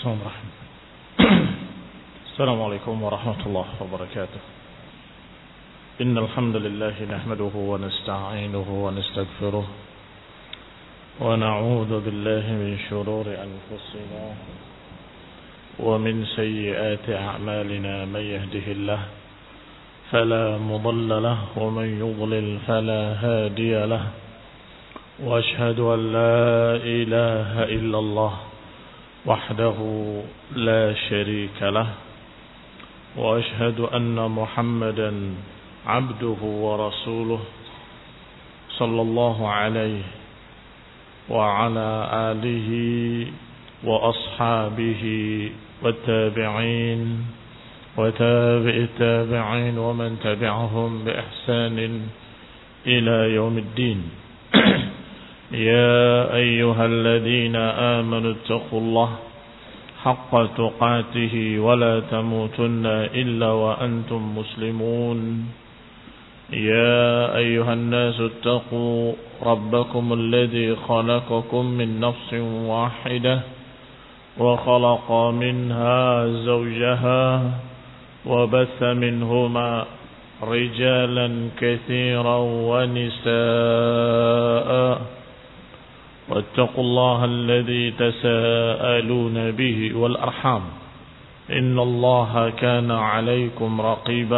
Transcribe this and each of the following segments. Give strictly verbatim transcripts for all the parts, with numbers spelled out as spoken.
السلام عليكم ورحمة الله وبركاته. إن الحمد لله نحمده ونستعينه ونستغفره ونعوذ بالله من شرور أنفسنا ومن سيئات أعمالنا. من يهده الله فلا مضل له ومن يضلل فلا هادي له، وأشهد أن لا إله إلا الله وحده لا شريك له، وأشهد أن محمدا عبده ورسوله صلى الله عليه وعلى آله وأصحابه والتابعين وتابع التابعين ومن تبعهم بإحسان إلى يوم الدين. يا أيها الذين آمنوا اتقوا الله حق تقاته ولا تموتن إلا وأنتم مسلمون. يا أيها الناس اتقوا ربكم الذي خلقكم من نفس واحدة وخلق منها زوجها وبث منهما رجالا كثيرا ونساء، واتقوا الله الذي تساءلون به والأرحام إن الله كان عليكم رقيبا.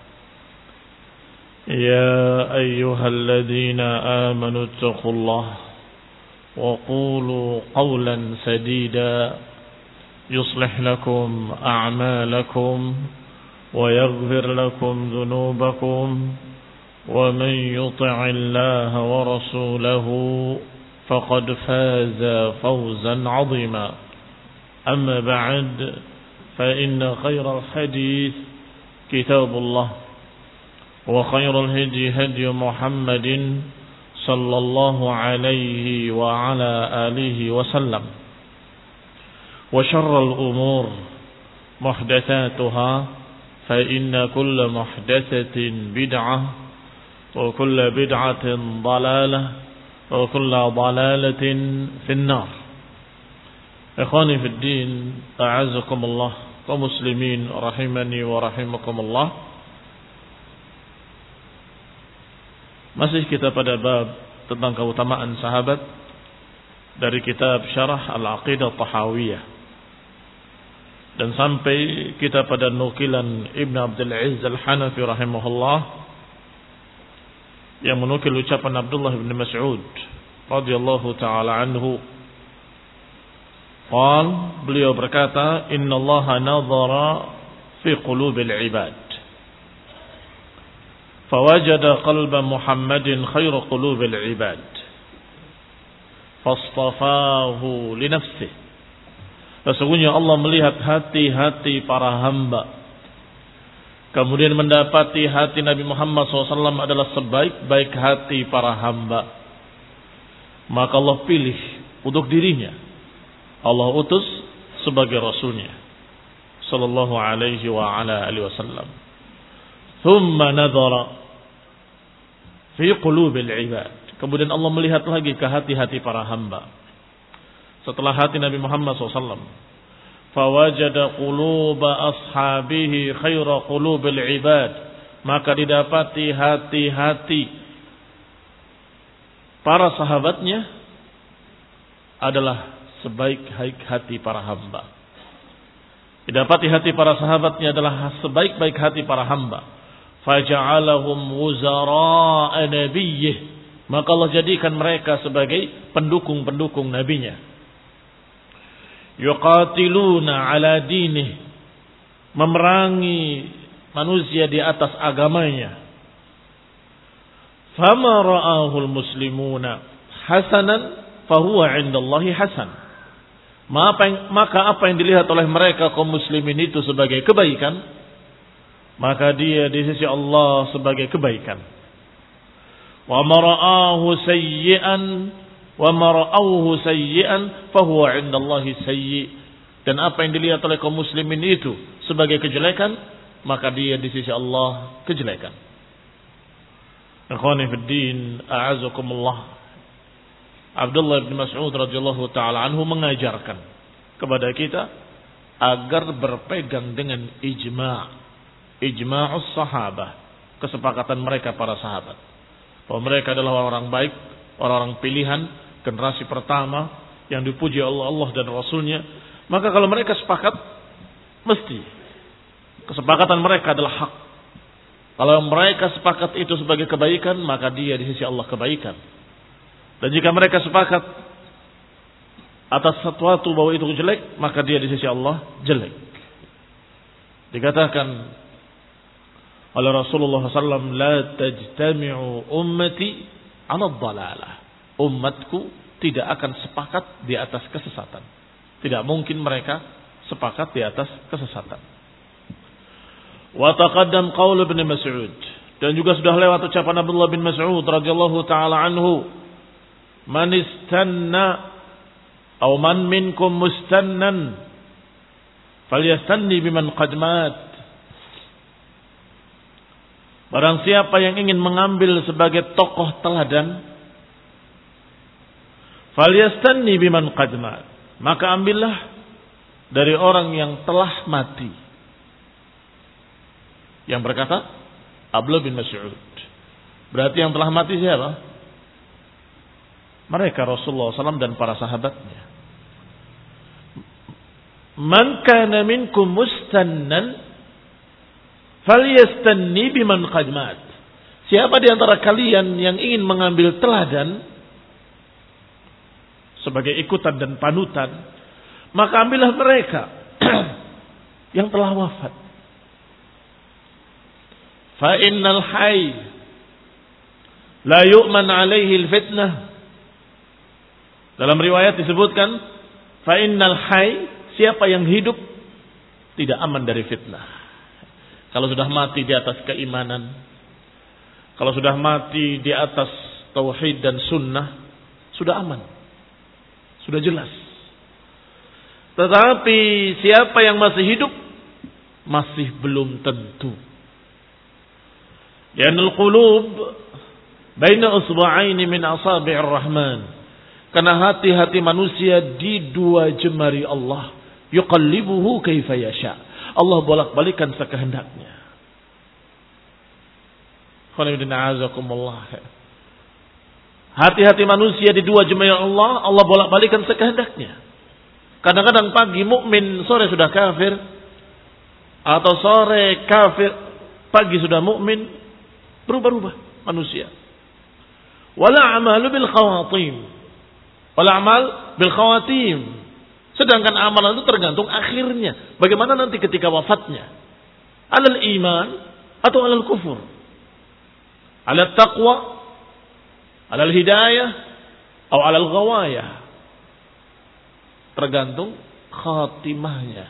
يا أيها الذين آمنوا اتقوا الله وقولوا قولا سديدا يصلح لكم أعمالكم ويغفر لكم ذنوبكم، ومن يطع الله ورسوله فقد فاز فوزا عظيما. أما بعد، فإن خير الحديث كتاب الله، وخير الهدي هدي محمد صلى الله عليه وعلى آله وسلم، وشر الأمور محدثاتها، فإن كل محدثة بدعة وكل بدعة ضلالة وكل ضلالة في النار. إخواني في الدين، أعزكم الله ومسلمين رحمني ورحمكم الله. Masih kita pada bab tentang keutamaan sahabat dari kitab Syarah Al-Aqidah Tahawiyah, dan sampai kita pada nukilan Ibn Abdul Aziz Al-Hanafi rahimahullah yang menukil ucapan Abdullah bin Mas'ud radhiyallahu ta'ala anhu. Qal, beliau berkata, Inna Allah nadhara fi qulubil ibad fawajada qalba Muhammadin khairu qulubil ibad fastafahu li nafsihi. Sesungguhnya Allah melihat hati-hati para hamba, kemudian mendapati hati Nabi Muhammad shallallahu alaihi wasallam adalah sebaik-baik hati para hamba. Maka Allah pilih untuk dirinya, Allah utus sebagai Rasulnya sallallahu alaihi wa ala alihi wasallam. Thumma nadhara fi qulubil ibad. Kemudian Allah melihat lagi ke hati-hati para hamba. Setelah hati Nabi Muhammad shallallahu alaihi wasallam, fawajada quluba ashabihi khaira qulubil ibad, maka didapati hati-hati para sahabatnya adalah sebaik-baik hati para hamba. Didapati hati para sahabatnya adalah sebaik-baik hati para hamba. Faja'alahum wuzara'a nabiyyih, maka Allah jadikan mereka sebagai pendukung-pendukung nabinya. Yuqatiluna ala dinih, memerangi manusia di atas agamanya. Fama ra'ahul muslimuna hasanan fahuwa 'indallahi hasan. Maka apa yang dilihat oleh mereka kaum muslimin itu sebagai kebaikan, maka dia di sisi Allah sebagai kebaikan. Wa ma ra'ahu sayyi'an wa mara'auhu sayyi'an fahuwa 'indallahi sayyi'. Dan apa yang dilihat oleh kaum muslimin itu sebagai kejelekan, maka dia di sisi Allah kejelekan. Ikhwani fid din, a'azakumullah. Abdullah bin Mas'ud radhiyallahu taala anhu mengajarkan kepada kita agar berpegang dengan ijma', ijma'us sahabah, kesepakatan mereka para sahabat, bahwa mereka adalah orang baik, orang-orang pilihan, generasi pertama yang dipuji Allah, Allah dan Rasulnya. Maka kalau mereka sepakat, mesti kesepakatan mereka adalah hak. Kalau mereka sepakat itu sebagai kebaikan, maka dia di sisi Allah kebaikan. Dan jika mereka sepakat atas sesuatu bahwa itu jelek, maka dia di sisi Allah jelek. Dikatakan oleh Rasulullah sallallahu alaihi wasallam, la tajtami'u ummati 'ala dhalalah. Umatku tidak akan sepakat di atas kesesatan. Tidak mungkin mereka sepakat di atas kesesatan. Wa taqaddam qaul Ibn Mas'ud, dan juga sudah lewat ucapan Abdullah bin Mas'ud radhiyallahu taala anhu, man istanna aw man minkum mustannan falyastanni biman qad mat. Barang siapa yang ingin mengambil sebagai tokoh teladan, falyastanni biman qad mat, maka ambillah dari orang yang telah mati. Yang berkata Abdullah bin Mas'ud. Berarti yang telah mati siapa? Mereka Rasulullah sallallahu alaihi wasallam dan para sahabatnya. Man kana minkum mustannan falyastanni biman qad mat. Siapa di antara kalian yang ingin mengambil teladan sebagai ikutan dan panutan, maka ambillah mereka yang telah wafat. Fa innal hayy la yu'man alaihi al-fitnah. Dalam riwayat disebutkan, fa innal hayy, siapa yang hidup tidak aman dari fitnah. Kalau sudah mati di atas keimanan, kalau sudah mati di atas tauhid dan sunnah, sudah aman, sudah jelas. Tetapi siapa yang masih hidup, masih belum tentu. Lianul qulub baina usba'aini min asabi'ir rahman. Karena hati-hati manusia di dua jemari Allah. Yuqallibuhu kaifa yasha. Allah bolak-balikan sekehendaknya. Hati-hati manusia di dua jemari Allah, Allah bolak-balikan sekehendaknya. Kadang-kadang pagi mukmin, sore sudah kafir, atau sore kafir, pagi sudah mukmin. Berubah-ubah manusia. Wala amalu bil khawatim. Wala amal bil khawatim. Sedangkan amalan itu tergantung akhirnya. Bagaimana nanti ketika wafatnya? Alal iman atau alal kufur? Alal taqwa? Alal hidayah? Atau alal ghawayah? Tergantung khatimahnya.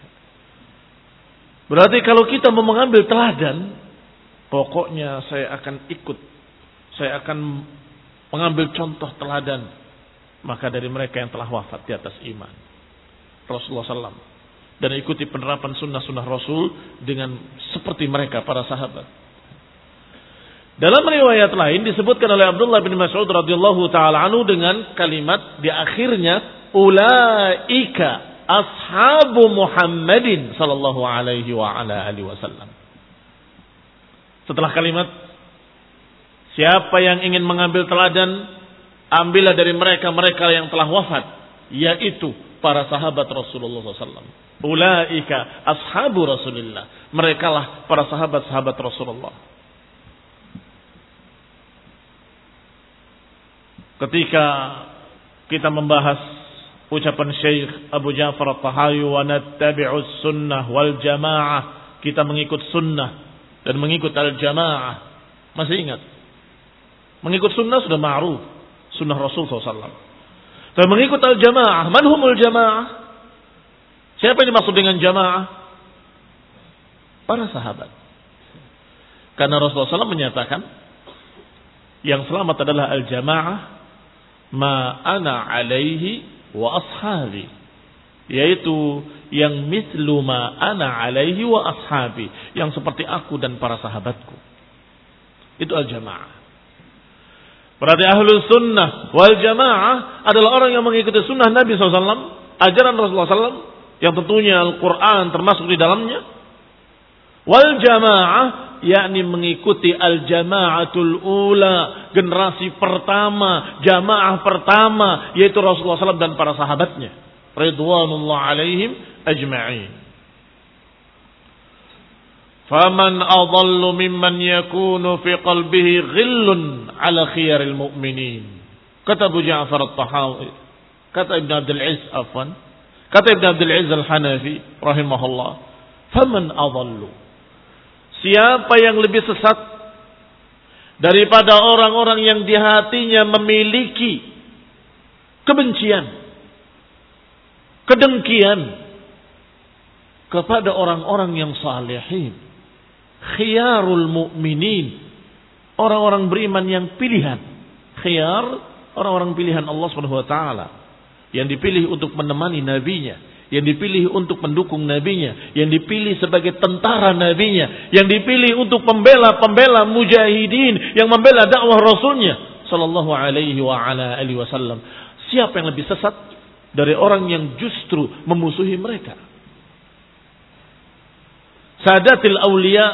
Berarti kalau kita mau mengambil teladan, pokoknya saya akan ikut, saya akan mengambil contoh teladan, maka dari mereka yang telah wafat di atas iman, Rasulullah sallallahu alaihi wasallam, dan ikuti penerapan sunnah-sunnah Rasul dengan seperti mereka para sahabat. Dalam riwayat lain disebutkan oleh Abdullah bin Mas'ud radhiyallahu taala anhu dengan kalimat di akhirnya, ulaika ashabu Muhammadin sallallahu alaihi wa ala alihi wasallam. Setelah kalimat, siapa yang ingin mengambil teladan, ambillah dari mereka-mereka yang telah wafat, yaitu para sahabat Rasulullah sallallahu alaihi wasallam. Ulaika ashabu Rasulillah. Mereka lah para sahabat-sahabat Rasulullah. Ketika kita membahas ucapan Syekh Abu Ja'far At-Tahawi, wa nattabi'us sunnah wal jamaah, kita mengikut sunnah dan mengikut al-jamaah. Masih ingat? Mengikut sunnah sudah ma'ruf, sunnah Rasul sallallahu alaihi wasallam. Dan mengikut al-jamaah, man humul jamaah? Siapa yang dimaksud dengan jamaah? Para sahabat. Karena Rasulullah sallallahu alaihi wasallam menyatakan, yang selamat adalah al-jamaah ma ana alaihi wa ashabi, yaitu yang mislu ma ana alaihi wa ashabi, yang seperti aku dan para sahabatku. Itu al-jamaah. Berarti ahlus sunnah wal jamaah adalah orang yang mengikuti sunnah Nabi sallallahu alaihi wasallam, ajaran Rasulullah sallallahu alaihi wasallam, yang tentunya Al-Quran termasuk di dalamnya. Wal jamaah, yakni mengikuti al-jama'atul ula, generasi pertama, jamaah pertama, yaitu Rasulullah shallallahu alaihi wasallam dan para sahabatnya, ridwanullah alaihim ajma'in. Faman adallu mimman yakunu fi qalbihi ghillun ala khiyaril mu'minin. Kata Abu Ja'far at-Tahawi, kata Ibn Abdul Aziz afwan, kata Ibn Abdul Aziz al-Hanafi rahimahullah, faman adallu, siapa yang lebih sesat daripada orang-orang yang di hatinya memiliki kebencian, kedengkian kepada orang-orang yang salihin, khiyarul mu'minin, orang-orang beriman yang pilihan. Khiyar, orang-orang pilihan Allah Subhanahu wa taala, yang dipilih untuk menemani nabinya, yang dipilih untuk mendukung nabinya, yang dipilih sebagai tentara nabinya, yang dipilih untuk pembela-pembela mujahidin yang membela dakwah Rasulnya sallallahu alaihi wa ala alihi wasallam. Siapa yang lebih sesat dari orang yang justru memusuhi mereka? Sadatil aulia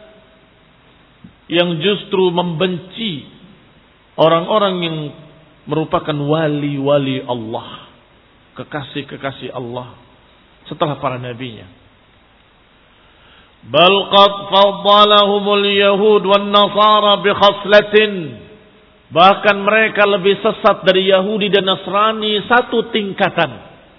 yang justru membenci orang-orang yang merupakan wali-wali Allah, kekasih-kekasih Allah setelah para nabinya. Bal qad faddalahumul yahud wan nasara bi khaslatin, bahkan mereka lebih sesat dari Yahudi dan Nasrani satu tingkatan,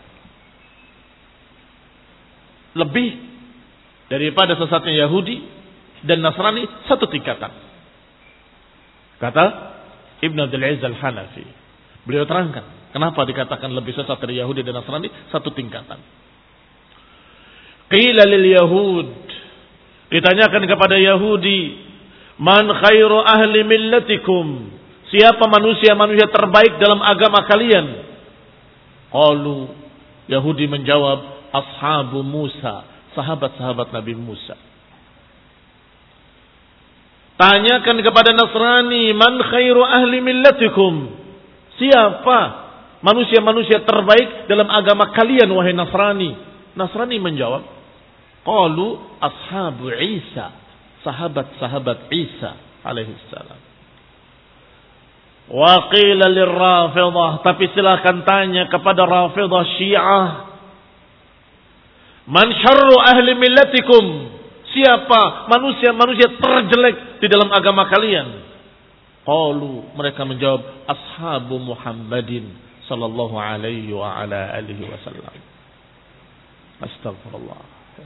lebih daripada sesatnya Yahudi dan Nasrani satu tingkatan. Kata Ibn Abdul Aziz al-Hanafi, beliau terangkan kenapa dikatakan lebih sesat dari Yahudi dan Nasrani satu tingkatan. Qila lil Yahud, ditanyakan kepada Yahudi, man khairu ahli millatikum, siapa manusia-manusia terbaik dalam agama kalian? Qalu, Yahudi menjawab, ashabu Musa, sahabat-sahabat Nabi Musa. Tanyakan kepada Nasrani, man khairu ahli millatikum, siapa manusia-manusia terbaik dalam agama kalian wahai Nasrani? Nasrani menjawab, qalu ashabu Isa, sahabat-sahabat Isa alaihi salam. Wa qila lirrafidah, tapi silakan tanya kepada Rafidah Syiah, man syarru ahli millatikum, siapa manusia-manusia terjelek di dalam agama kalian? Qalu, mereka menjawab, ashabu Muhammadin sallallahu alaihi wa ala alihi wasallam. Astagfirullah.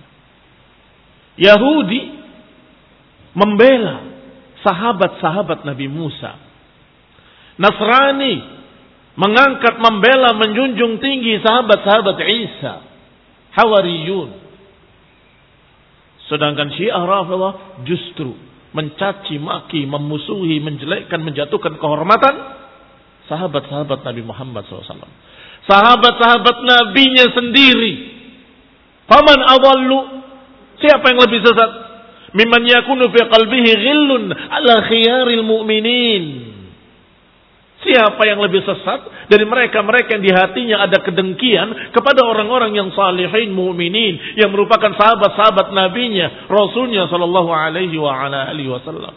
Yahudi membela sahabat-sahabat Nabi Musa. Nasrani mengangkat, membela, menjunjung tinggi sahabat-sahabat Isa, Hawariyun. Sedangkan Syiah Rafidah justru mencaci maki, memusuhi, menjelekkan, menjatuhkan kehormatan sahabat-sahabat Nabi Muhammad shallallahu alaihi wasallam, sahabat-sahabat Nabinya sendiri. Faman adallu, siapa yang lebih sesat? Mimman yakunu fi qalbihi ghillun ala khiyaril mu'minin, siapa yang lebih sesat dari mereka-mereka yang di hatinya ada kedengkian kepada orang-orang yang salihin, mu'minin, yang merupakan sahabat-sahabat nabinya, rasulnya sallallahu alaihi wa ala alihi wasallam.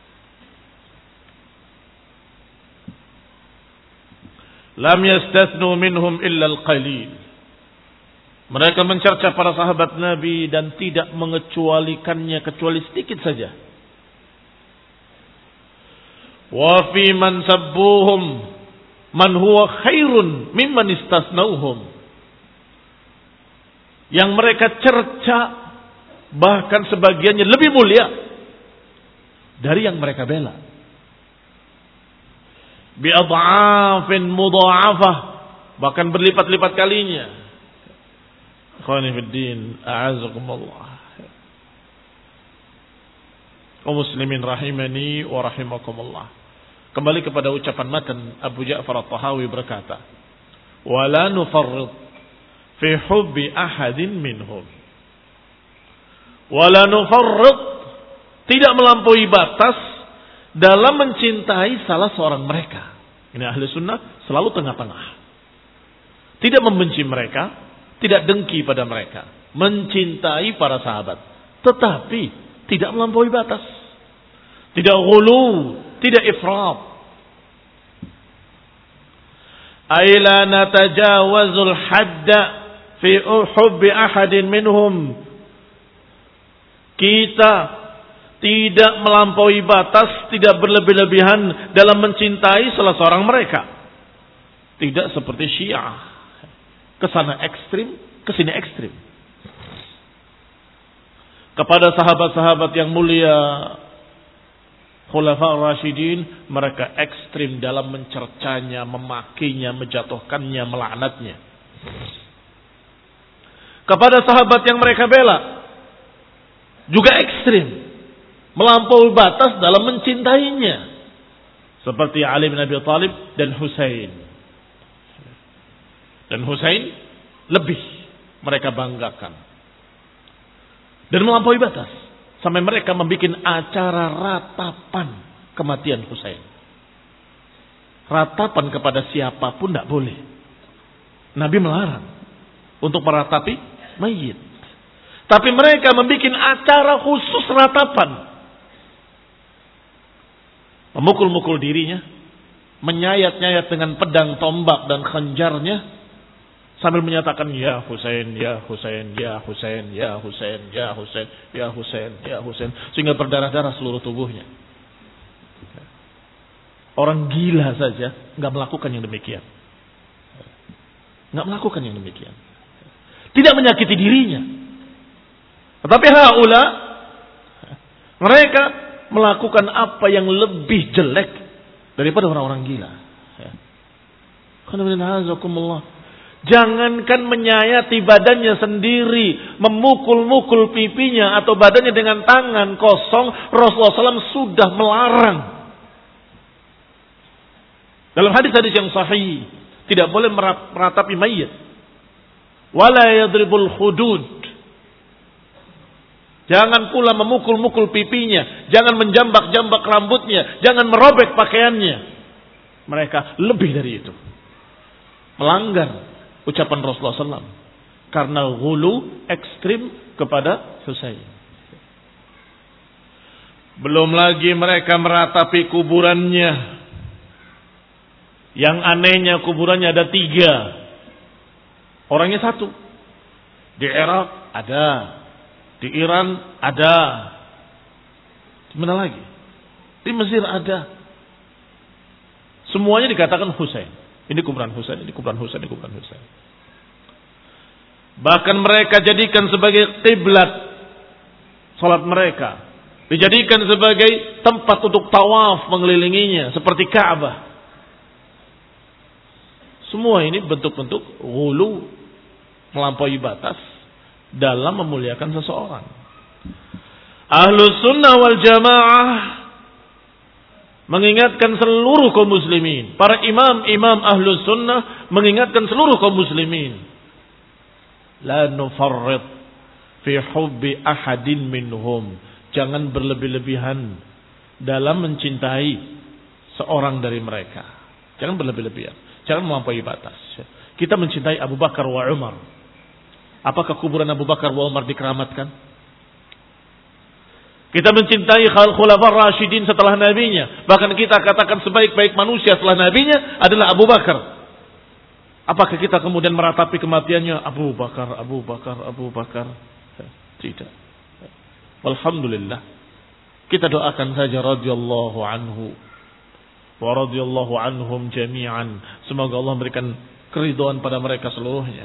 Lam yastathnu minhum illa al-qalil, mereka mencerca para sahabat Nabi dan tidak mengecualikannya kecuali sedikit saja. Wa fi man sabbuhum man huwa khairun mimman istasnauhum, yang mereka cerca bahkan sebagiannya lebih mulia dari yang mereka bela. Bi adhafin mudha'afah, bahkan berlipat-lipat kalinya. Ikhwani fid din, a'azakumullah. Kaum muslimin rahimani wa rahimakumullah. Kembali kepada ucapan matan, Abu Ja'far at-Tahawi berkata, "Wala nufarrid fi hubbi ahadin minhum." Wala nufarrid, tidak melampaui batas dalam mencintai salah seorang mereka. Ini ahli sunnah selalu tengah-tengah. Tidak membenci mereka, tidak dengki pada mereka, mencintai para sahabat, tetapi tidak melampaui batas, tidak ghulu, tidak ifrat. Aila natajawazul hadda fi hubbi ahadin minhum. Kita tidak melampaui batas, tidak berlebih-lebihan dalam mencintai salah seorang mereka. Tidak seperti Syiah, kesana ekstrim, kesini ekstrim. Kepada sahabat-sahabat yang mulia, Khulafa Rasyidin, mereka ekstrim dalam mencercanya, memakinya, menjatuhkannya, melaknatnya. Kepada sahabat yang mereka bela, juga ekstrim, melampaui batas dalam mencintainya, seperti Ali bin Abi Thalib dan Husain. Dan Husain lebih mereka banggakan dan melampaui batas sampai mereka membuat acara ratapan kematian Husain. Ratapan kepada siapapun tidak boleh. Nabi melarang untuk meratapi mayit. Tapi mereka membuat acara khusus ratapan. Memukul-mukul dirinya, menyayat-nyayat dengan pedang, tombak dan khanjarnya, sambil menyatakan ya Husain, ya Husain, ya Husain, ya Husain, ya Husain, ya Husain, ya Husain, sehingga berdarah-darah seluruh tubuhnya. Orang gila saja nggak melakukan yang demikian, nggak melakukan yang demikian, tidak menyakiti dirinya. Tetapi haula mereka melakukan apa yang lebih jelek daripada orang-orang gila. Jangankan menyayati badannya sendiri, memukul-mukul pipinya atau badannya dengan tangan kosong, Rasulullah shallallahu alaihi wasallam sudah melarang. Dalam hadis-hadis yang sahih, tidak boleh meratapi mayit. Wala yadribul hudud. Jangan pula memukul-mukul pipinya, jangan menjambak-jambak rambutnya, jangan merobek pakaiannya. Mereka lebih dari itu, melanggar ucapan Rasulullah shallallahu alaihi wasallam karena ghulu ekstrim kepada Husain. Belum lagi mereka meratapi kuburannya. Yang anehnya kuburannya ada tiga, orangnya satu. Di Irak ada, di Iran ada, di mana lagi? Di Mesir ada. Semuanya dikatakan Husain. Ini kuburan Husain, ini kuburan Husain, ini kuburan Husain. Bahkan mereka jadikan sebagai kiblat salat mereka. Dijadikan sebagai tempat untuk tawaf mengelilinginya seperti Ka'bah. Semua ini bentuk-bentuk ghulu, melampaui batas dalam memuliakan seseorang. Ahlus sunnah wal jamaah mengingatkan seluruh kaum muslimin. Para imam-imam ahlus sunnah mengingatkan seluruh kaum muslimin. La nufarrid fi hubbi ahadin minhum. Jangan berlebih-lebihan dalam mencintai seorang dari mereka. Jangan berlebih-lebihan. Jangan melampaui batas. Kita mencintai Abu Bakar wa Umar. Apakah kuburan Abu Bakar wa Umar dikeramatkan? Kita mencintai Khulafaur Rasyidin setelah nabinya. Bahkan kita katakan sebaik-baik manusia setelah nabinya adalah Abu Bakar. Apakah kita kemudian meratapi kematiannya Abu Bakar, Abu Bakar, Abu Bakar? Tidak. Alhamdulillah. Kita doakan saja radhiyallahu anhu wa radhiyallahu anhum jami'an. Semoga Allah memberikan keridhaan pada mereka seluruhnya.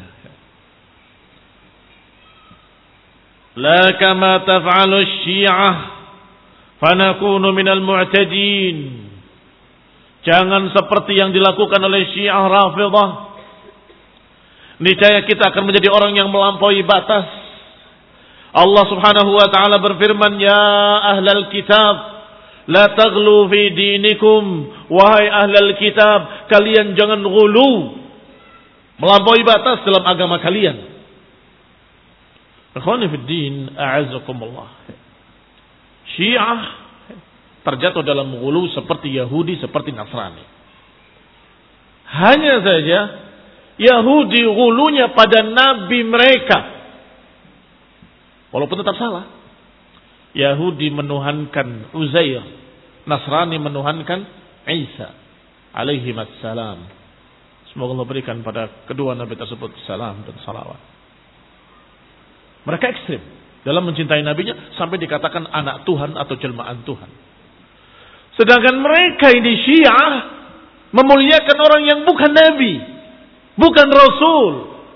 La kama taf'alu syiah fanakunu minal mu'tadin. Jangan seperti yang dilakukan oleh Syiah Rafidhah. Niscaya kita akan menjadi orang yang melampaui batas. Allah Subhanahu wa taala berfirman, "Ya ahlal kitab, la taghlu fi dinikum." Wahai ahlal kitab, kalian jangan ghulu, melampaui batas dalam agama kalian. Ikhwani fid din, a'azzakumullah. Syiah terjatuh dalam ghulu seperti Yahudi, seperti Nasrani. Hanya saja Yahudi gulunya pada nabi mereka. Walaupun tetap salah. Yahudi menuhankan Uzair, Nasrani menuhankan Isa alaihi wassalam. Semoga Allah berikan pada kedua nabi tersebut salam dan salawat. Mereka ekstrim dalam mencintai nabinya sampai dikatakan anak Tuhan atau jelmaan Tuhan. Sedangkan mereka ini Syiah memuliakan orang yang bukan nabi, bukan rasul,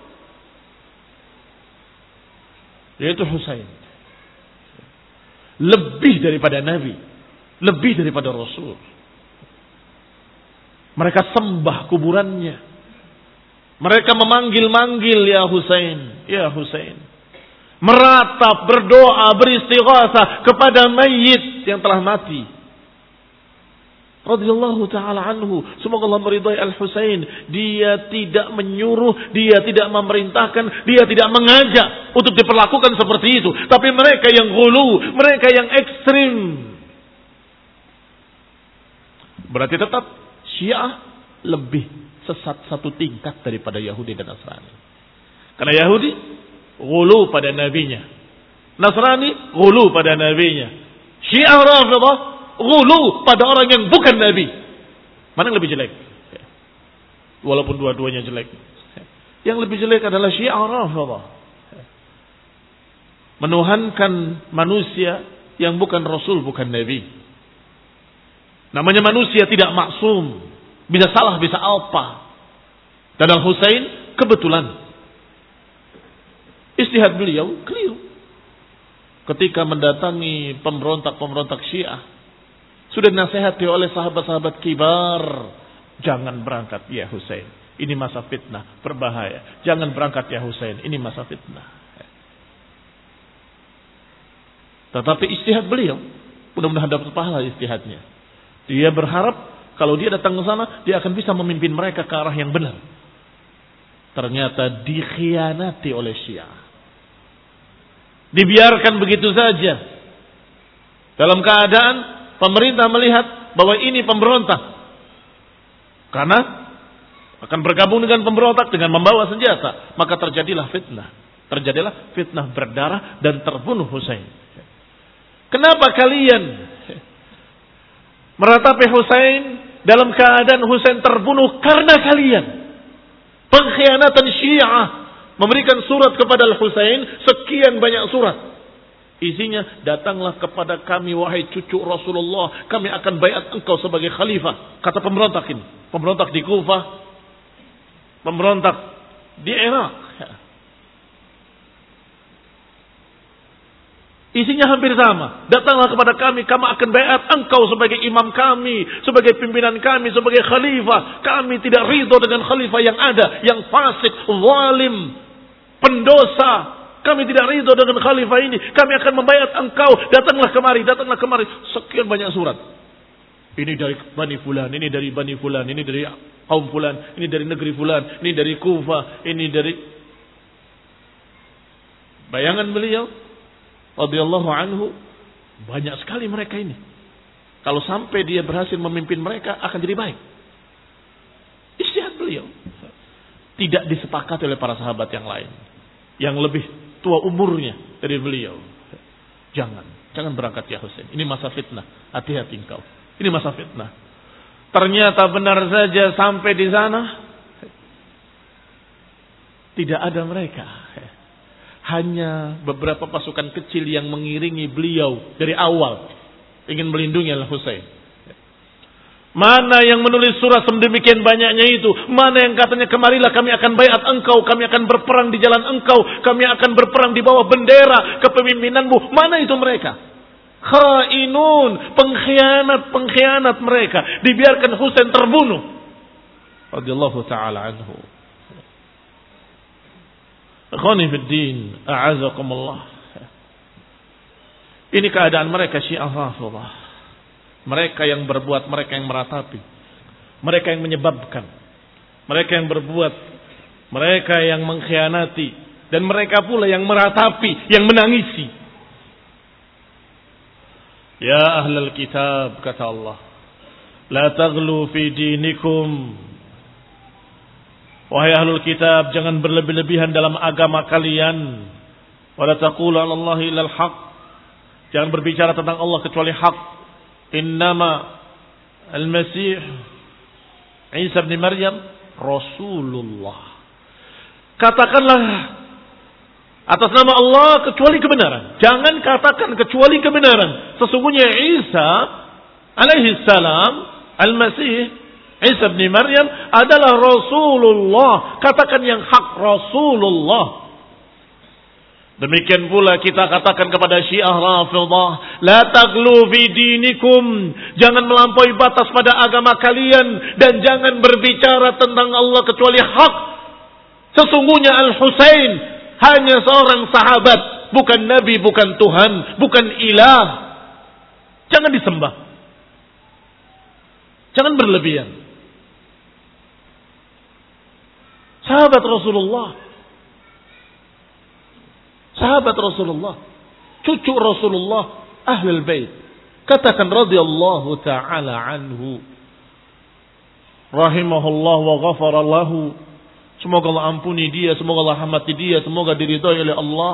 yaitu Husain. Lebih daripada nabi, lebih daripada rasul. Mereka sembah kuburannya. Mereka memanggil-manggil ya Husain, ya Husain. Meratap, berdoa, beristighatsah kepada mayit yang telah mati. Radhiyallahu ta'ala anhu. Semoga Allah meridai Al-Husain. Dia tidak menyuruh, dia tidak memerintahkan, dia tidak mengajak untuk diperlakukan seperti itu. Tapi mereka yang ghulu, mereka yang ekstrim. Berarti tetap Syiah lebih sesat satu tingkat daripada Yahudi dan Nasrani. Karena Yahudi ghulu pada nabinya, Nasrani ghulu pada nabinya, Syiah Rafidhah ghulu pada orang yang bukan nabi. Mana yang lebih jelek? Walaupun dua-duanya jelek, yang lebih jelek adalah Syiah Rafidhah, menuhankan manusia yang bukan rasul, bukan nabi. Namanya manusia tidak maksum, bisa salah, bisa apa. Dan Al-Husain kebetulan istihad beliau keliru. Ketika mendatangi pemberontak-pemberontak Syiah, sudah dinasihati oleh sahabat-sahabat kibar, jangan berangkat ya Husain, ini masa fitnah, berbahaya. Jangan berangkat ya Husain, ini masa fitnah. Tetapi istihad beliau, mudah-mudahan dapat pahala istihadnya. Dia berharap kalau dia datang ke sana, dia akan bisa memimpin mereka ke arah yang benar. Ternyata dikhianati oleh Syiah. Dibiarkan begitu saja. Dalam keadaan pemerintah melihat bahwa ini pemberontak. Karena akan bergabung dengan pemberontak dengan membawa senjata. Maka terjadilah fitnah. Terjadilah fitnah berdarah dan terbunuh Husain. Kenapa kalian meratapi Husain dalam keadaan Husain terbunuh karena kalian? Pengkhianatan Syiah memberikan surat kepada Al-Husain, sekian banyak surat. Isinya, datanglah kepada kami wahai cucu Rasulullah, kami akan baiat engkau sebagai khalifah. Kata pemberontak ini, pemberontak di Kufah, pemberontak di Irak. Isinya hampir sama. Datanglah kepada kami, kami akan baiat engkau sebagai imam kami, sebagai pimpinan kami, sebagai khalifah. Kami tidak ridho dengan khalifah yang ada, yang fasik, zalim, pendosa. Kami tidak ridho dengan khalifah ini. Kami akan membaiat engkau. Datanglah kemari, datanglah kemari. Sekian banyak surat. Ini dari Bani Fulan, ini dari Bani Fulan, ini dari kaum Fulan, ini dari negeri Fulan, ini dari Kufah, ini dari... Bayangan beliau radhiyallahu anhu, banyak sekali mereka ini. Kalau sampai dia berhasil memimpin mereka, akan jadi baik. Ijtihad beliau tidak disepakati oleh para sahabat yang lain, yang lebih tua umurnya dari beliau. Jangan, jangan berangkat ya Husain. Ini masa fitnah. Hati-hati engkau. Ini masa fitnah. Ternyata benar saja sampai di sana tidak ada mereka. Hanya beberapa pasukan kecil yang mengiringi beliau dari awal, ingin melindungi Al-Husain. Mana yang menulis surat sedemikian banyaknya itu? Mana yang katanya kemarilah kami akan baiat engkau, kami akan berperang di jalan engkau, kami akan berperang di bawah bendera kepemimpinanmu? Mana itu mereka? Khainun, pengkhianat-pengkhianat mereka. Dibiarkan Husain terbunuh radhiyallahu taala anhu. Akhwani fid din, a'azakumullah. Ini keadaan mereka Syiah Rafidhah. Mereka yang berbuat, mereka yang meratapi, mereka yang menyebabkan, mereka yang berbuat, mereka yang mengkhianati, dan mereka pula yang meratapi, yang menangisi. Ya ahlal kitab, kata Allah, la taghlu fi dinikum. Wahai ahlul kitab, jangan berlebih-lebihan dalam agama kalian. Wala taqulu 'ala Allahi illal haq. Jangan berbicara tentang Allah kecuali hak. Innama al-Masih Isa bin Maryam Rasulullah. Katakanlah atas nama Allah kecuali kebenaran. Jangan katakan kecuali kebenaran. Sesungguhnya Isa alaihi salam, al-Masih Isa bin Maryam adalah Rasulullah. Katakan yang hak, Rasulullah. Demikian pula kita katakan kepada Syiah Rafidhah, la taghlu fi dinikum, jangan melampaui batas pada agama kalian dan jangan berbicara tentang Allah kecuali hak. Sesungguhnya Al-Husain hanya seorang sahabat, bukan nabi, bukan Tuhan, bukan ilah. Jangan disembah. Jangan berlebihan. Sahabat Rasulullah, sahabat Rasulullah, cucu Rasulullah, ahlul bait. Katakan radhiyallahu ta'ala anhu, rahimahullah wa ghafara lahu. Semoga Allah ampuni dia, semoga Allah rahmati dia, semoga diridhai oleh Allah.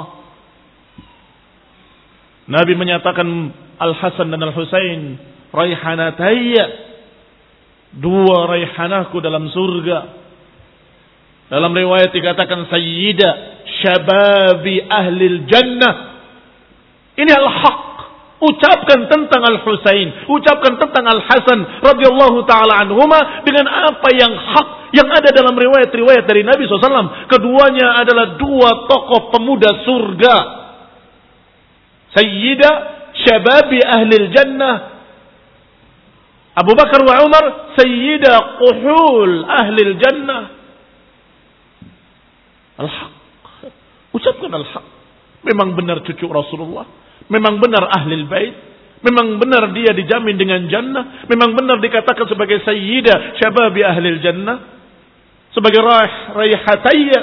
Nabi menyatakan Al-Hasan dan Al-Husain raihanatayya, dua raihanahku dalam surga. Dalam riwayat dikatakan sayyida syababi ahlil jannah. Ini al-haq. Ucapkan tentang Al-Husain, ucapkan tentang Al-Hasan radhiyallahu taala anhuma dengan apa yang hak yang ada dalam riwayat-riwayat dari Nabi shallallahu alaihi wasallam. Keduanya adalah dua tokoh pemuda surga. Sayyida syababi ahlil jannah Abu Bakar wa Umar, sayyida quhul ahlil jannah. Al-haq. Ucapkan al-haq. Memang benar cucu Rasulullah. Memang benar ahlil bait. Memang benar dia dijamin dengan jannah. Memang benar dikatakan sebagai sayyida syababi ahlil jannah. Sebagai raih, raihatayya.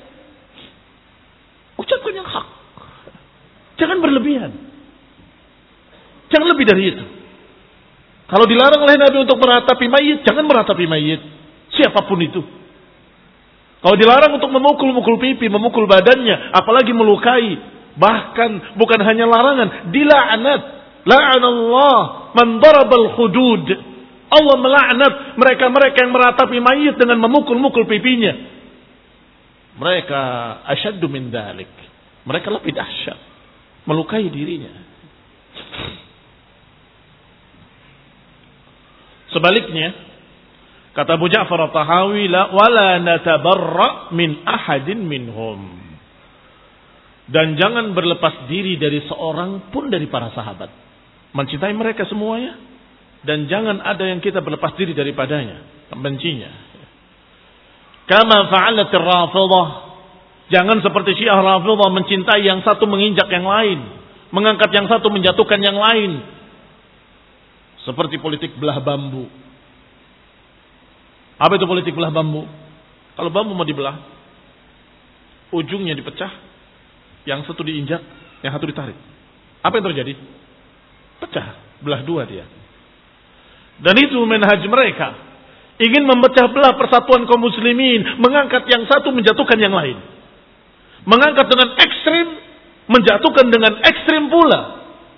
Ucapkan yang hak. Jangan berlebihan. Jangan lebih dari itu. Kalau dilarang oleh Nabi untuk meratapi mayit, jangan meratapi mayit. Siapapun itu. Kalau dilarang untuk memukul-mukul pipi, memukul badannya, apalagi melukai, bahkan bukan hanya larangan, dilaknat. La'anallah man darabal hudud. Allah melaknat mereka-mereka yang meratapi mayit dengan memukul-mukul pipinya. Mereka asyaddu min dzalik. Mereka lebih dahsyat, melukai dirinya. Sebaliknya, kata Abu Ja'far At-Tahawi, la wala natabarra min ahadin minhum. Dan jangan berlepas diri dari seorang pun dari para sahabat. Mencintai mereka semuanya dan jangan ada yang kita berlepas diri daripadanya, membencinya. Kama fa'alat ar-Rafidhah. Jangan seperti Syiah Rafidhah mencintai yang satu menginjak yang lain, mengangkat yang satu menjatuhkan yang lain. Seperti politik belah bambu. Apa itu politik belah bambu? Kalau bambu mau dibelah, ujungnya dipecah, yang satu diinjak, yang satu ditarik. Apa yang terjadi? Pecah, belah dua dia. Dan itu manhaj mereka. Ingin memecah belah persatuan kaum muslimin, mengangkat yang satu menjatuhkan yang lain. Mengangkat dengan ekstrim, menjatuhkan dengan ekstrim pula.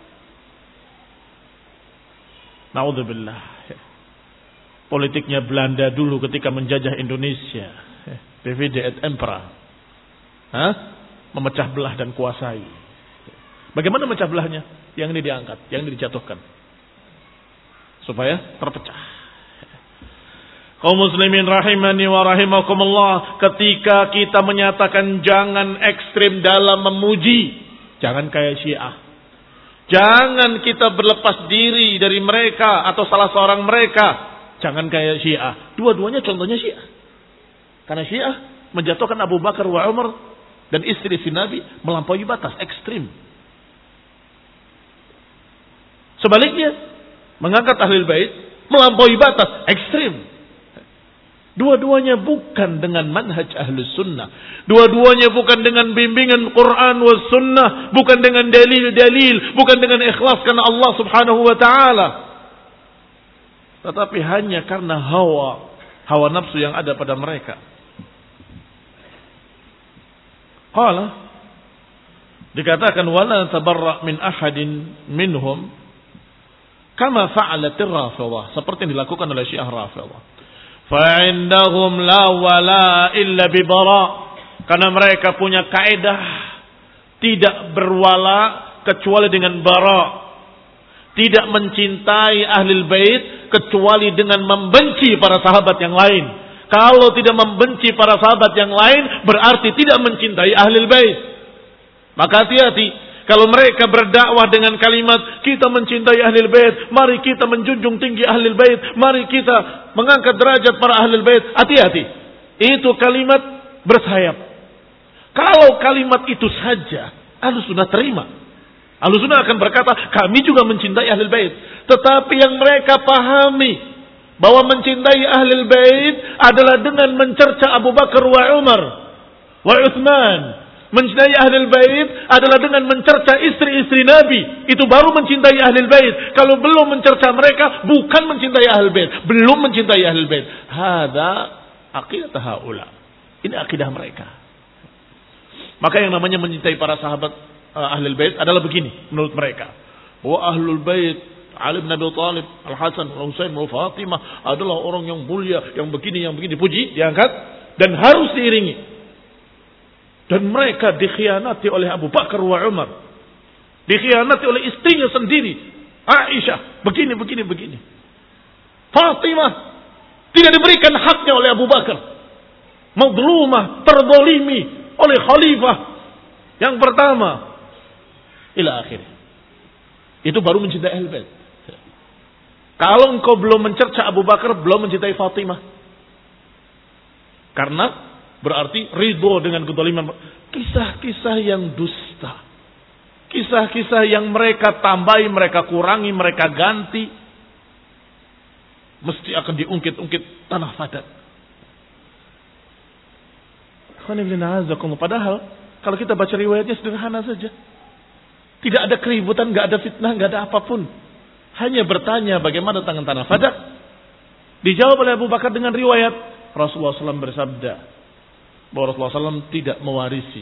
Naudzubillah. Politiknya Belanda dulu ketika menjajah Indonesia. Divide et impera. Hah? Memecah belah dan kuasai. Bagaimana memecah belahnya? Yang ini diangkat, yang ini dijatuhkan. Supaya terpecah. Kaum muslimin rahimani wa rahimakumullah. Ketika kita menyatakan jangan ekstrim dalam memuji. Jangan kayak Syiah. Jangan kita berlepas diri dari mereka atau salah seorang mereka. Jangan kayak Syiah. Dua-duanya contohnya Syiah. Karena Syiah menjatuhkan Abu Bakar wa Umar dan istri si Nabi melampaui batas ekstrim. Sebaliknya, mengangkat ahlul bait melampaui batas ekstrim. Dua-duanya bukan dengan manhaj ahlus sunnah. Dua-duanya bukan dengan bimbingan Quran was sunnah. Bukan dengan dalil-dalil. Bukan dengan ikhlas karena Allah subhanahu wa ta'ala. Tetapi hanya karena hawa. Hawa nafsu yang ada pada mereka. Qala, dikatakan wala tabarra' min ahadin minhum kama fa'alatir Rafidhah, seperti yang dilakukan oleh Syiah Rafidhah. Fa'indahum la wala illa bi bara', karena mereka punya kaidah tidak berwala kecuali dengan bara'. Tidak mencintai ahlul bait kecuali dengan membenci para sahabat yang lain. Kalau tidak membenci para sahabat yang lain berarti tidak mencintai ahlul bait. Maka hati-hati kalau mereka berdakwah dengan kalimat kita mencintai ahlul bait, mari kita menjunjung tinggi ahlul bait, mari kita mengangkat derajat para ahlul bait. Hati-hati. Itu kalimat bersayap. Kalau kalimat itu saja Ahlussunnah terima. Ahlussunnah akan berkata, kami juga mencintai ahlul bait. Tetapi yang mereka pahami bahwa mencintai ahlul bait adalah dengan mencerca Abu Bakar wa Umar wa Utsman. Mencintai ahlul bait adalah dengan mencerca istri-istri Nabi. Itu baru mencintai ahlul bait. Kalau belum mencerca mereka, bukan mencintai ahlul bait. Belum mencintai ahlul bait. Hada aqidah haula. Ini akidah mereka. Maka yang namanya mencintai para sahabat Ahlul Bait adalah begini menurut mereka. Wa Ahlul Bait Ali bin Abi Thalib, Al-Hasan, Al-Husain, Al-Fatimah adalah orang yang mulia, yang begini, yang begini, dipuji, diangkat dan harus diiringi. Dan mereka dikhianati oleh Abu Bakar wa Umar. Dikhianati oleh istrinya sendiri, Aisyah, begini, begini, begini. Fatimah tidak diberikan haknya oleh Abu Bakar. Mazlumah, terzalimi oleh khalifah yang pertama. Ila akhir. Itu baru mencintai Ahlul Bait. Kalau engkau belum mencerca Abu Bakar, belum mencintai Fatimah. Karena berarti ridho dengan kezaliman. Kisah-kisah yang dusta. Kisah-kisah yang mereka tambahi, mereka kurangi, mereka ganti. Mesti akan diungkit-ungkit tanah padat. Padahal kalau kita baca riwayatnya sederhana saja. Tidak ada keributan, nggak ada fitnah, nggak ada apapun. Hanya bertanya bagaimana tangan tanah fadak. Dijawab oleh Abu Bakar dengan riwayat Rasulullah shallallahu alaihi wasallam bersabda bahwa Rasulullah shallallahu alaihi wasallam tidak mewarisi.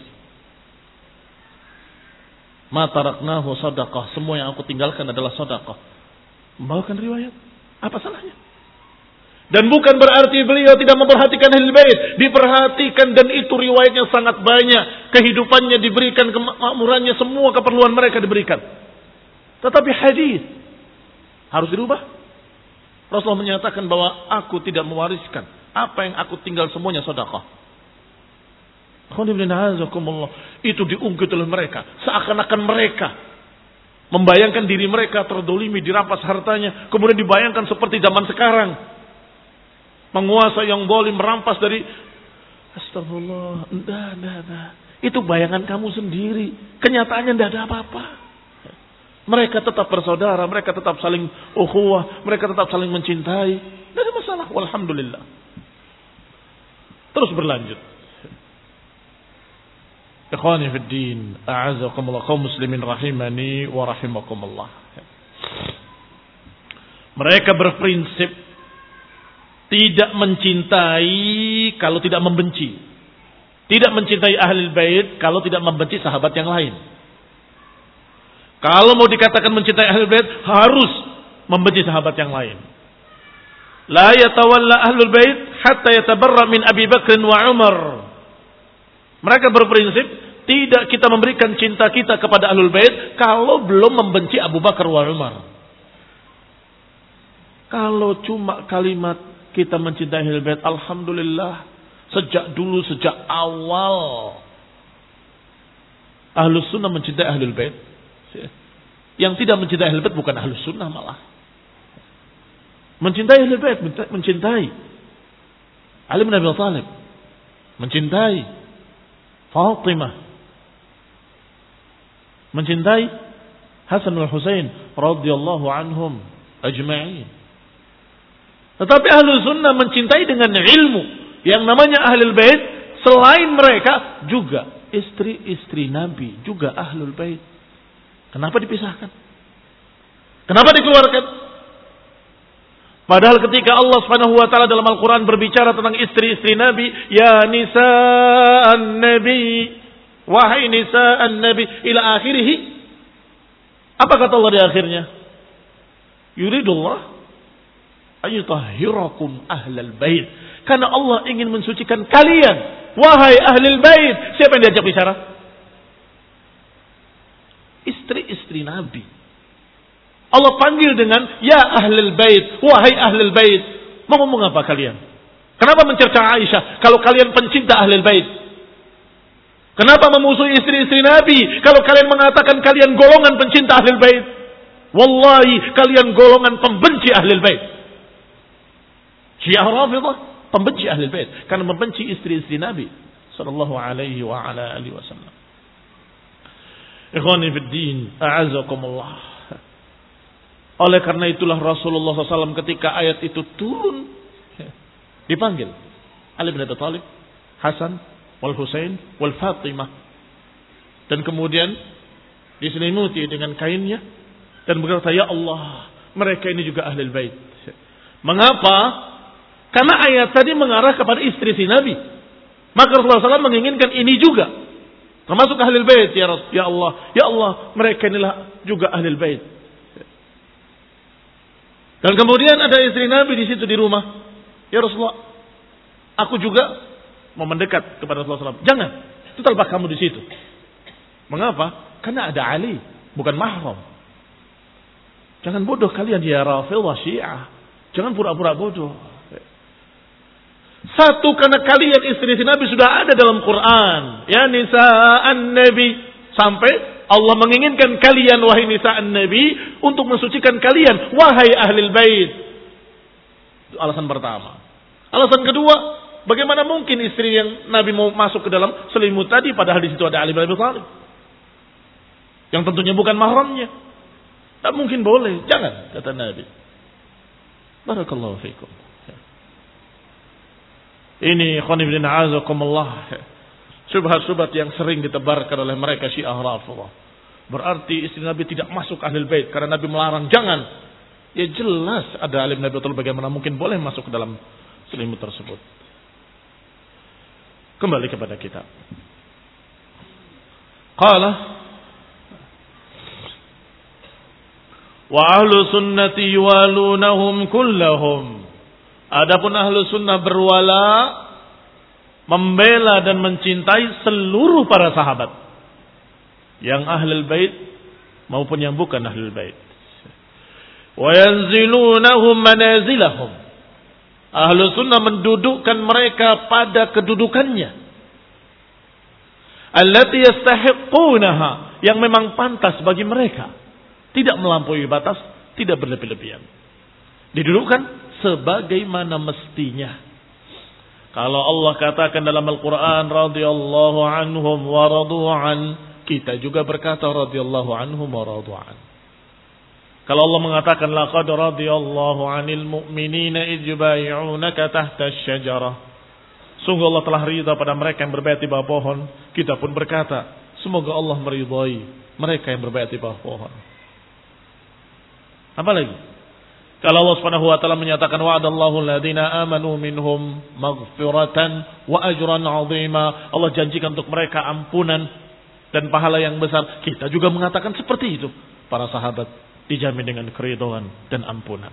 Ma taraknahu sadaqah. Semua yang aku tinggalkan adalah sadaqah. Membawakan riwayat. Apa salahnya? Dan bukan berarti beliau tidak memperhatikan Ahlul Bait, diperhatikan dan itu riwayatnya sangat banyak. Kehidupannya diberikan, kemakmurannya, semua keperluan mereka diberikan. Tetapi hadis harus dirubah. Rasulullah menyatakan bahwa aku tidak mewariskan, apa yang aku tinggal semuanya sedekah. Itu diungkit oleh mereka, seakan-akan mereka membayangkan diri mereka terdolimi, dirampas hartanya, kemudian dibayangkan seperti zaman sekarang. Penguasa yang zalim merampas dari astagfirullah, enggak, enggak, enggak. Itu bayangan kamu sendiri. Kenyataannya enggak ada apa-apa. Mereka tetap bersaudara, mereka tetap saling ukhuwah, mereka tetap saling mencintai. Enggak ada masalah, walhamdulillah. Terus berlanjut. Ikhwani fid din, a'azakumullah, kaum muslimin rahimani wa rahimakumullah. Mereka berprinsip tidak mencintai kalau tidak membenci. Tidak mencintai ahlul bait kalau tidak membenci sahabat yang lain. Kalau mau dikatakan mencintai ahlul bait harus membenci sahabat yang lain. La yatawalla ahlul bait hatta yatabarra min Abi Bakr wa Umar. Mereka berprinsip tidak kita memberikan cinta kita kepada ahlul bait kalau belum membenci Abu Bakar wa Umar. Kalau cuma kalimat kita mencintai ahlul bait, alhamdulillah, sejak dulu, sejak awal Ahlus Sunnah mencintai ahlul bait. Yang tidak mencintai ahlul bait bukan Ahlus Sunnah malah. Mencintai ahlul bait, mencintai Ali bin Abi Thalib, mencintai Fatimah, mencintai Hasan wal Husain radhiyallahu anhum ajma'in. Tetapi Ahlus Sunnah mencintai dengan ilmu. Yang namanya Ahlul Bait, selain mereka juga istri-istri Nabi, juga Ahlul Bait. Kenapa dipisahkan? Kenapa dikeluarkan? Padahal ketika Allah Subhanahu wa taala dalam Al-Qur'an berbicara tentang istri-istri Nabi, ya nisa'an Nabi, wahai nisa'an nabi ila akhirih. Apa kata Allah di akhirnya? Yuridullah ayutahhirakum ahlal bait. Karena Allah ingin mensucikan kalian, wahai ahlul bait. Siapa yang diajak bicara? Istri-istri Nabi. Allah panggil dengan ya ahlul bait, wahai ahlul bait. Mau ngomong apa kalian? Kenapa mencerca Aisyah kalau kalian pencinta ahlul bait? Kenapa memusuhi istri-istri Nabi kalau kalian mengatakan kalian golongan pencinta ahlul bait? Wallahi kalian golongan pembenci ahlul bait. Syiah Rafidhah pembenci ahlul bait karena membenci istri-istri Nabi sallallahu alaihi wa ala alihi wasallam. Ikhwani fid din, a'azakumullah. Oleh karena itulah Rasulullah shallallahu alaihi wasallam ketika ayat itu turun dipanggil Ali bin Abi Thalib, Hasan, wal Husain, wal Fatimah, dan kemudian diselimuti dengan kainnya dan berkata, ya Allah, mereka ini juga ahlul bait. Mengapa? Karena ayat tadi mengarah kepada istri si Nabi. Maka Rasulullah shallallahu alaihi wasallam menginginkan ini juga termasuk ahlul bait. Ya Rasul, ya Allah, ya Allah, mereka inilah juga ahlul bait. Dan kemudian ada istri Nabi di situ di rumah. Ya Rasulullah, aku juga mau mendekat kepada Rasulullah shallallahu alaihi wasallam. Jangan, tetaplah kamu di situ. Mengapa? Karena ada Ali, bukan mahram. Jangan bodoh kalian ya Rafidhah Syiah. Jangan pura-pura bodoh. Satu, karena kalian istri-istri Nabi sudah ada dalam Quran. Ya nisa'an Nabi. Sampai Allah menginginkan kalian wahai nisa'an Nabi untuk mensucikan kalian wahai ahlul bait. Itu alasan pertama. Alasan kedua, bagaimana mungkin istri yang Nabi mau masuk ke dalam selimut tadi padahal di situ ada Ali bin Abi Thalib yang tentunya bukan mahramnya. Tak mungkin boleh. Jangan, kata Nabi. Barakallahu fiikum. Ini khonibdin azakumullah. Subhat-subhat yang sering ditebarkan oleh mereka Syiah Rafidhah. Berarti istri Nabi tidak masuk ahlul bait karena Nabi melarang. Jangan. Ya jelas ada Ali bin Abi Thalib, bagaimana mungkin boleh masuk ke dalam selimut tersebut. Kembali kepada kitab. Qala wa ahlu sunnati yuwalunahum kullahum. Adapun ahlu sunnah berwala, membela dan mencintai seluruh para sahabat, yang ahlul bait maupun yang bukan ahlul bait. Wa yanzilunahum manazilahum. Ahlu sunnah mendudukkan mereka pada kedudukannya, allati yastahiqunaha, yang memang pantas bagi mereka, tidak melampaui batas, tidak berlebih-lebihan. Didudukkan sebagaimana mestinya. Kalau Allah katakan dalam Al-Quran radhiyallahu anhum wa radu'an, kita juga berkata radhiyallahu anhum wa radu'an. Kalau Allah mengatakan laqad radhiyallahu 'anil mu'minina idh yubay'unaka tahta asy-syajarah, sungguh Allah telah ridha pada mereka yang berbaiat di bawah pohon, kita pun berkata semoga Allah meridhai mereka yang berbaiat di bawah pohon. Apa lagi? Kalau Allah Subhanahu wa taala menyatakan wa'adallahu alladziina aamanu minhum maghfiratan wa ajran 'azima, Allah janjikan untuk mereka ampunan dan pahala yang besar. Kita juga mengatakan seperti itu. Para sahabat dijamin dengan keridhaan dan ampunan.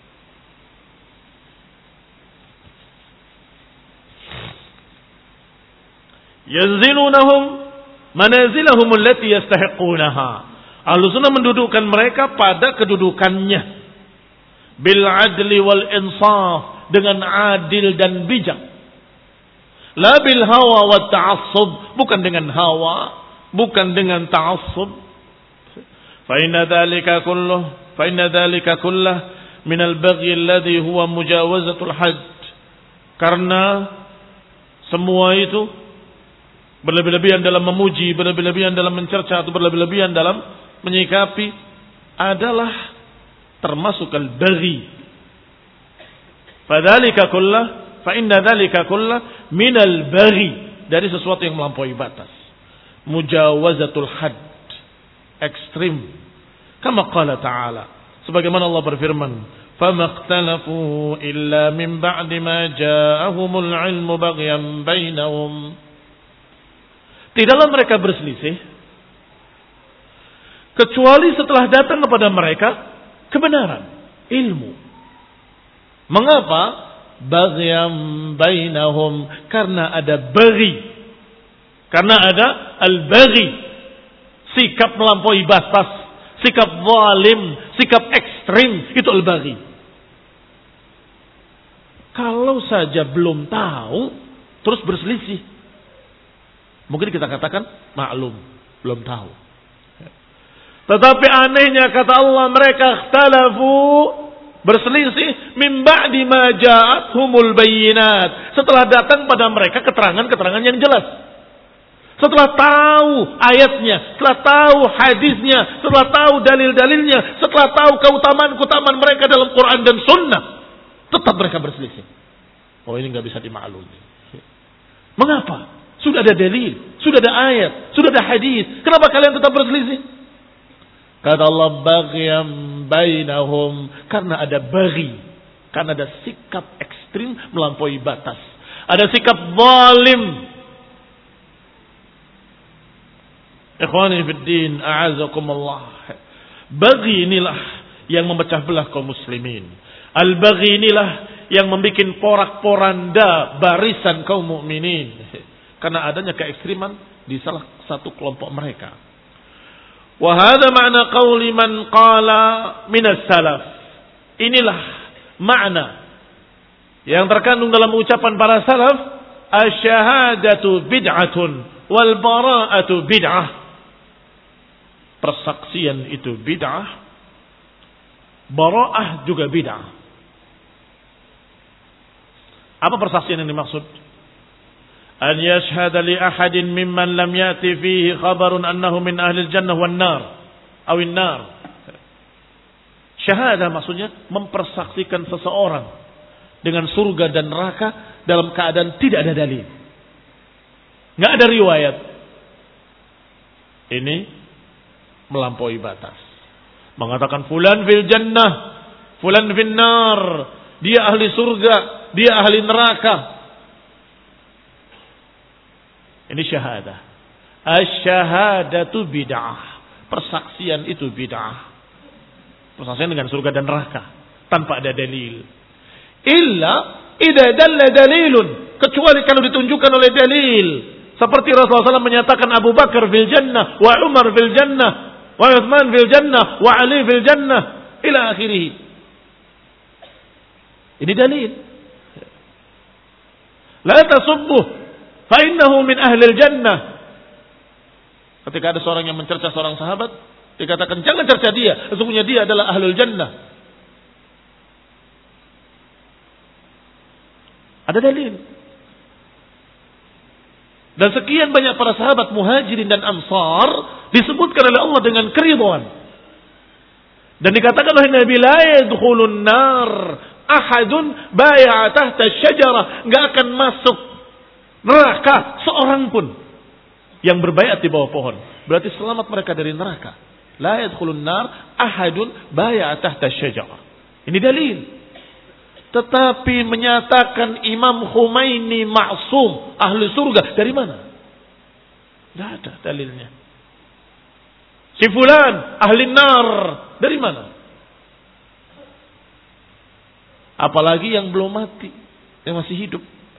Yanzilunahum manazilahum allati yastahiqunaha. Ahlussunnah mendudukkan mereka pada kedudukannya. Bil adli wal insaf, dengan adil dan bijak. La bil hawa wa ta'assub, bukan dengan hawa, bukan dengan ta'assub. Fa inna dzalika kulluh, fa inna dzalika kulluh min al-baghi alladhi huwa mujawazatul hadd. Karena semua itu berlebih-lebihan dalam memuji, berlebih-lebihan dalam mencerca, atau berlebih-lebihan dalam menyikapi adalah termasuk al-baghi. Fadzalika kullah, fa inna dzalika kullah min al-baghi, dari sesuatu yang melampaui batas. Mujawazatul hadd, ekstrim. Kama qala ta'ala, sebagaimana Allah berfirman, famaqtalafu illa min ba'di ma ja'ahumul 'ilmu baghyan bainahum. Tidaklah mereka berselisih kecuali setelah datang kepada mereka kebenaran, ilmu. Mengapa? Baghyam bainahum, karena ada baghi. Karena ada al-baghi, sikap melampaui batas, sikap zalim, sikap ekstrim, itu al-baghi. Kalau saja belum tahu terus berselisih, mungkin kita katakan maklum, belum tahu. Tetapi anehnya kata Allah, mereka ikhtalafu, berselisih min ba'di ma ja'athumul bayyinat, setelah datang pada mereka keterangan-keterangan yang jelas. Setelah tahu ayatnya, setelah tahu hadisnya, setelah tahu dalil-dalilnya, setelah tahu keutamaan-keutamaan mereka dalam Quran dan Sunnah, tetap mereka berselisih. Oh, ini nggak bisa dimaklumi. Mengapa? Sudah ada dalil, sudah ada ayat, sudah ada hadis. Kenapa kalian tetap berselisih? Kata Allah, baghyam bainahum, karena ada baghi, karena ada sikap ekstrim melampaui batas, ada sikap zalim. Ikhwani fid din, a'azakumullah. Baghi inilah yang memecah belah kaum muslimin. Al-baghi inilah yang membuat porak-poranda barisan kaum mukminin karena adanya keekstriman di salah satu kelompok mereka. Wa hadha ma'na qauli man qala minas salaf. Inilah makna yang terkandung dalam ucapan para salaf, asyhadatu bid'atun wal bara'atu bid'ah. Persaksian itu bid'ah, bara'ah juga bid'ah. Apa persaksian yang dimaksud? An yashhada li ahadin mimman lam yati fihi khabarun annahu min ahli jannah wan nar aw nar. Syahadah maksudnya mempersaksikan seseorang dengan surga dan neraka dalam keadaan tidak ada dalil, nggak ada riwayat. Ini melampaui batas. Mengatakan fulan fil jannah, fulan fil nar, dia ahli surga, dia ahli neraka. Ini syahadah. Asy-syahadatu bid'ah. Persaksian itu bid'ah. Persaksian dengan surga dan neraka tanpa ada dalil. Illa idza dalla dalilun, kecuali kalau ditunjukkan oleh dalil. Seperti Rasulullah shallallahu alaihi wasallam menyatakan Abu Bakar fil jannah, wa Umar fil jannah, wa Utsman fil jannah, wa Ali fil jannah, ila akhirih. Ini dalil. La tasubbuh fa innahu min ahli jannah. Ketika ada seorang yang mencerca seorang sahabat, dikatakan jangan cerca dia, sesungguhnya dia adalah ahlul jannah. Ada dalil. Dan sekian banyak para sahabat muhajirin dan ansar disebutkan oleh Allah dengan keridhaan. Dan dikatakan oleh Nabi, la yadkhulun nar ahadun bai'a tahta syajarah, enggak akan masuk neraka seorang pun yang berbaiat di bawah pohon. Berarti selamat mereka dari neraka. La yadkhulun nar ahadun bai'a tahta syajarah. Ini dalil. Tetapi menyatakan Imam Khomeini maksum ahli surga, dari mana? Tidak ada dalilnya. Si fulan ahli nar, dari mana? Apalagi yang belum mati, yang masih hidup,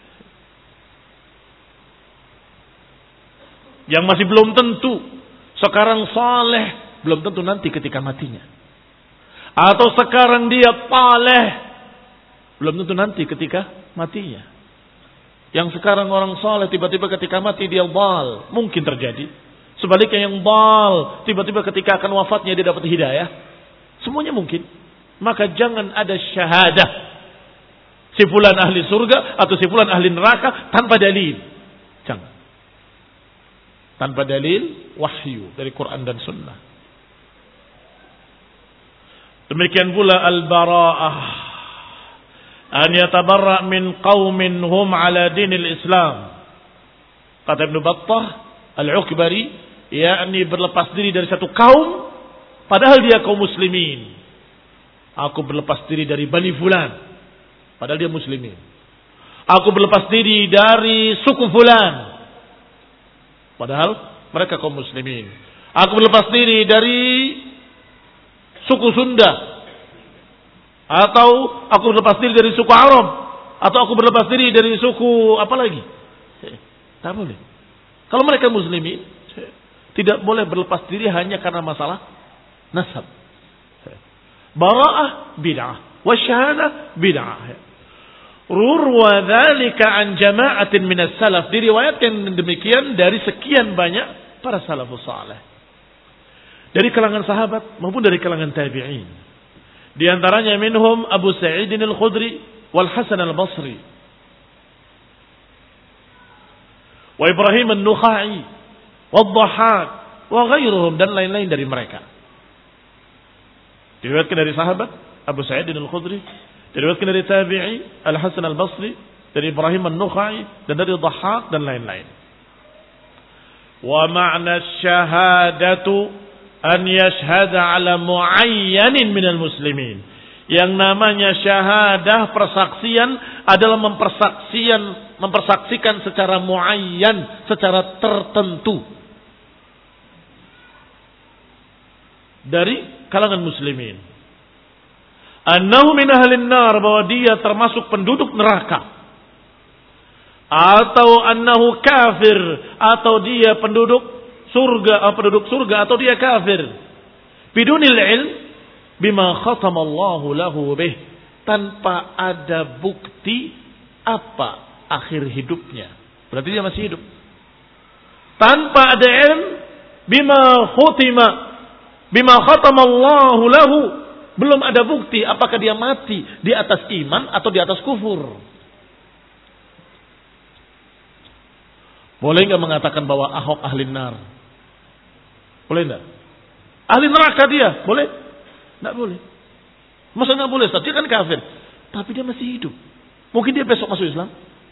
yang masih belum tentu sekarang saleh, belum tentu nanti ketika matinya. Atau sekarang dia paleh, belum tentu nanti ketika matinya. Yang sekarang orang saleh tiba-tiba ketika mati dia dhal, mungkin terjadi. Sebaliknya yang dhal tiba-tiba ketika akan wafatnya dia dapat hidayah. Semuanya mungkin. Maka jangan ada syahadah si fulan ahli surga atau si fulan ahli neraka tanpa dalil. Jangan. Tanpa dalil wahyu dari Quran dan Sunnah. Demikian pula al-bara'ah, an yatabarra' min qaumin hum ala dinil Islam. Kata Ibnu Battah Al-Ukbari, yakni berlepas diri dari satu kaum padahal dia kaum muslimin. Aku berlepas diri dari Bani Fulan padahal dia muslimin. Aku berlepas diri dari suku Fulan Padahal mereka kaum muslimin. Aku berlepas diri dari suku Sunda. Atau aku berlepas diri dari suku Arab. Atau aku berlepas diri dari suku apa lagi? Tak boleh. Kalau mereka muslimin, tidak boleh berlepas diri hanya karena masalah nasab. Bara'ah bid'ah. Wasyahadah bid'ah. Rurwa dzalika an jama'atin minas salaf. Diriwayatkan demikian dari sekian banyak para salafus saleh. Dari kalangan sahabat maupun dari kalangan tabi'in. Di antaranya minhum Abu Sa'id al-Khudri wal Hasan al-Basri. Wa Ibrahim an-Nukhai wa Dhahhak wa ghairuhum dan lain-lain dari mereka. Diriwayatkan dari sahabat Abu Sa'id al-Khudri, diriwayatkan dari tabi'i Al-Hasan al-Basri, dari Ibrahim an-Nukhai dan dari Dhahhak dan lain-lain. Wa ma'na syahadatu an yashhada ala muayyanin minal muslimin. Yang namanya syahadah persaksian adalah mempersaksian mempersaksikan secara muayyan, secara tertentu dari kalangan muslimin. Annahu min ahlin nar, bahwa dia termasuk penduduk neraka. Atau annahu kafir, atau dia penduduk surga, atau penduduk surga, atau dia kafir. Bidunil ilm bima khatamallahu lahu bih, tanpa ada bukti apa akhir hidupnya. Berarti dia masih hidup. Tanpa ada ilm bima khutima bima khatamallahu lahu, belum ada bukti apakah dia mati di atas iman atau di atas kufur. Boleh enggak mengatakan bahwa Ahok ahli nar? Boleh enggak? Ahli neraka dia, boleh? Enggak boleh. Masa enggak boleh? Dia kan kafir, tapi dia masih hidup. Mungkin dia besok masuk Islam?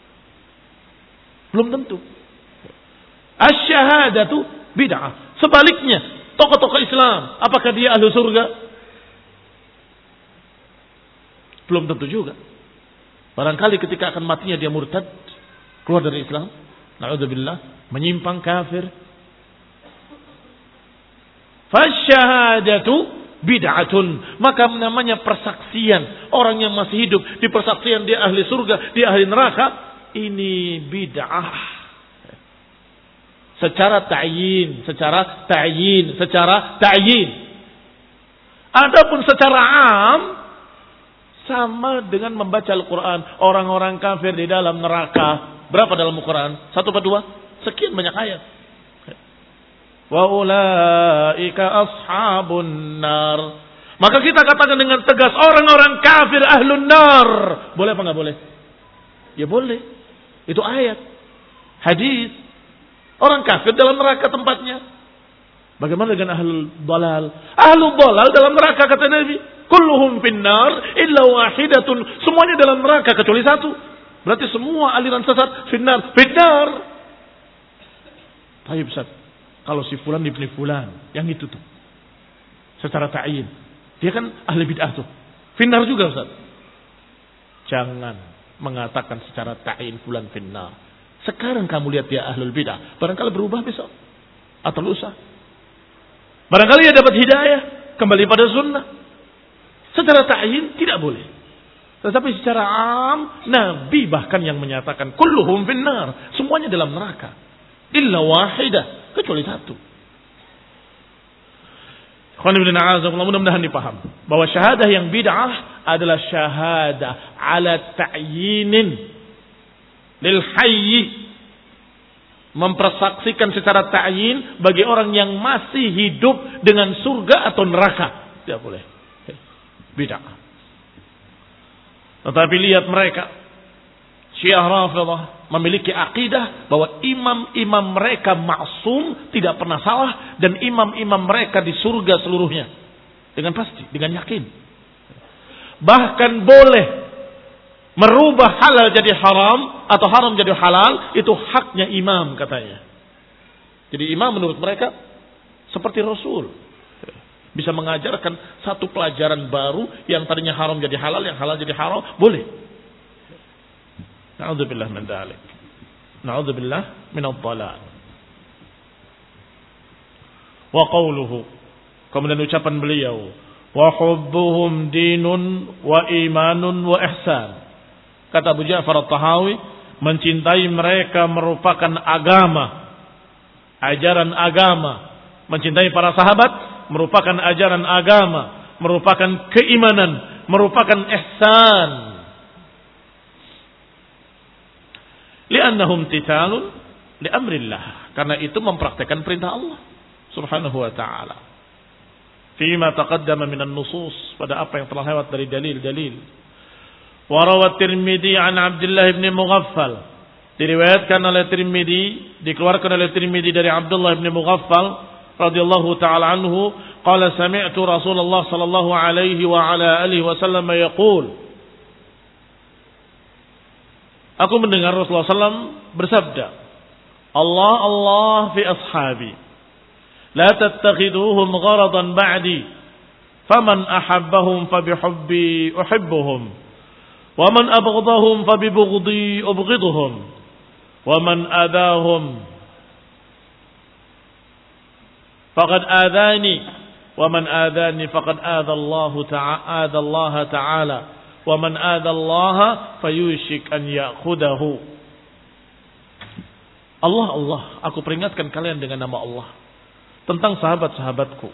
Belum tentu. Asy-syahadatu bid'ah. Sebaliknya, tokoh-tokoh Islam, apakah dia ahli surga? Belum tentu juga. Barangkali ketika akan matinya dia murtad, keluar dari Islam, na'udzubillah, menyimpang kafir. Fasyahadatu bid'atun, maka namanya persaksian orang yang masih hidup di persaksian dia ahli surga, dia ahli neraka, ini bid'ah. Secara ta'yin, secara ta'yin, secara ta'yin. Adapun secara am, sama dengan membaca Al-Quran. Orang-orang kafir di dalam neraka. Berapa dalam Al-Quran? Satu atau dua? Sekian banyak ayat. Wa ulaika ashabun nar. Maka kita katakan dengan tegas, orang-orang kafir ahlun nar. Boleh apa enggak boleh? Ya boleh. Itu ayat. Hadis. Orang kafir dalam neraka tempatnya. Bagaimana dengan ahlul dalal? Ahlul dalal dalam neraka kata Nabi. Kulluhum finnar illa wahidatun. Semuanya dalam neraka kecuali satu. Berarti semua aliran sesat finnar. Finnar. Baik Ustaz. Kalau si fulan ibni fulan. Yang itu tuh. Secara ta'yin. Dia kan ahli bid'ah tuh. Finnar juga Ustaz. Jangan mengatakan secara ta'yin fulan finnar. Sekarang kamu lihat dia ahlul bid'ah. Barangkali berubah besok. Atau lusa. Barangkali dia dapat hidayah. Kembali pada sunnah. Secara ta'yin tidak boleh. Tetapi secara am, Nabi bahkan yang menyatakan kulluhum finnar, semuanya dalam neraka. Illa wahidah, kecuali satu. Mudah-mudahan dipaham bahwa syahadah yang bid'ah adalah syahadah ala ta'yinin lil hayy, mempersaksikan secara ta'yin bagi orang yang masih hidup dengan surga atau neraka. Tidak boleh. Bid'ah. Tetapi lihat mereka, Syiah Rafidhah memiliki akidah bahwa imam-imam mereka maksum, tidak pernah salah, dan imam-imam mereka di surga seluruhnya. Dengan pasti, dengan yakin. Bahkan boleh merubah halal jadi haram atau haram jadi halal, itu haknya imam katanya. Jadi imam menurut mereka seperti Rasul. Bisa mengajarkan satu pelajaran baru yang tadinya haram jadi halal, yang halal jadi haram, boleh. Na'udzubillah min dzalik. Na'udzubillah min adh-dhalal. Wa qawluhu, kemudian ucapan beliau, wa hubbuhum dinun wa imanun wa ihsan. Kata Abu Ja'far At-Tahawi, mencintai mereka merupakan agama, ajaran agama. Mencintai para sahabat merupakan ajaran agama, merupakan keimanan, merupakan ihsan. Li'annahum titalun li amrillah, karena itu mempraktikkan perintah Allah Subhanahu wa ta'ala. Fima taqaddama minan nusus, pada apa yang telah lewat dari dalil-dalil. Wa rawat Tirmidzi an Abdullah bin Mughaffal, diriwayatkan oleh Tirmidzi, dikeluarkan oleh Tirmidzi dari Abdullah bin Mughaffal radhiyallahu taala anhu, qala sami'tu Rasulullah sallallahu alaihi wa ala alihi wasallam yaqul, aku mendengar Rasulullah sallallahu alaihi wasallam bersabda, Allah Allah fi ashabi, la tattakhiduhum gharadan ba'di, faman ahabbahum fabihubbi uhibbuhum, wa man abghadahum fabibughdi ubghidhum, wa man adahum faqad adani, wa man adani faqad adha Allah ta'ala, adha Allah ta'ala, wa man adha Allah fayushik an ya'khudahu. Allah Allah, aku peringatkan kalian dengan nama Allah tentang sahabat-sahabatku.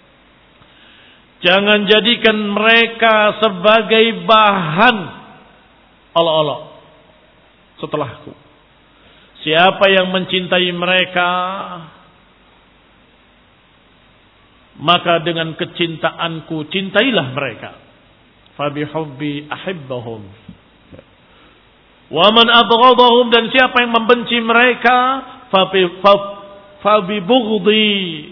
Jangan jadikan mereka sebagai bahan olok-olok setelahku. Siapa yang mencintai mereka, maka dengan kecintaanku cintailah mereka. Fabihubbi ahibbahum. Wa man abghadahum, dan siapa yang membenci mereka, fabibughdi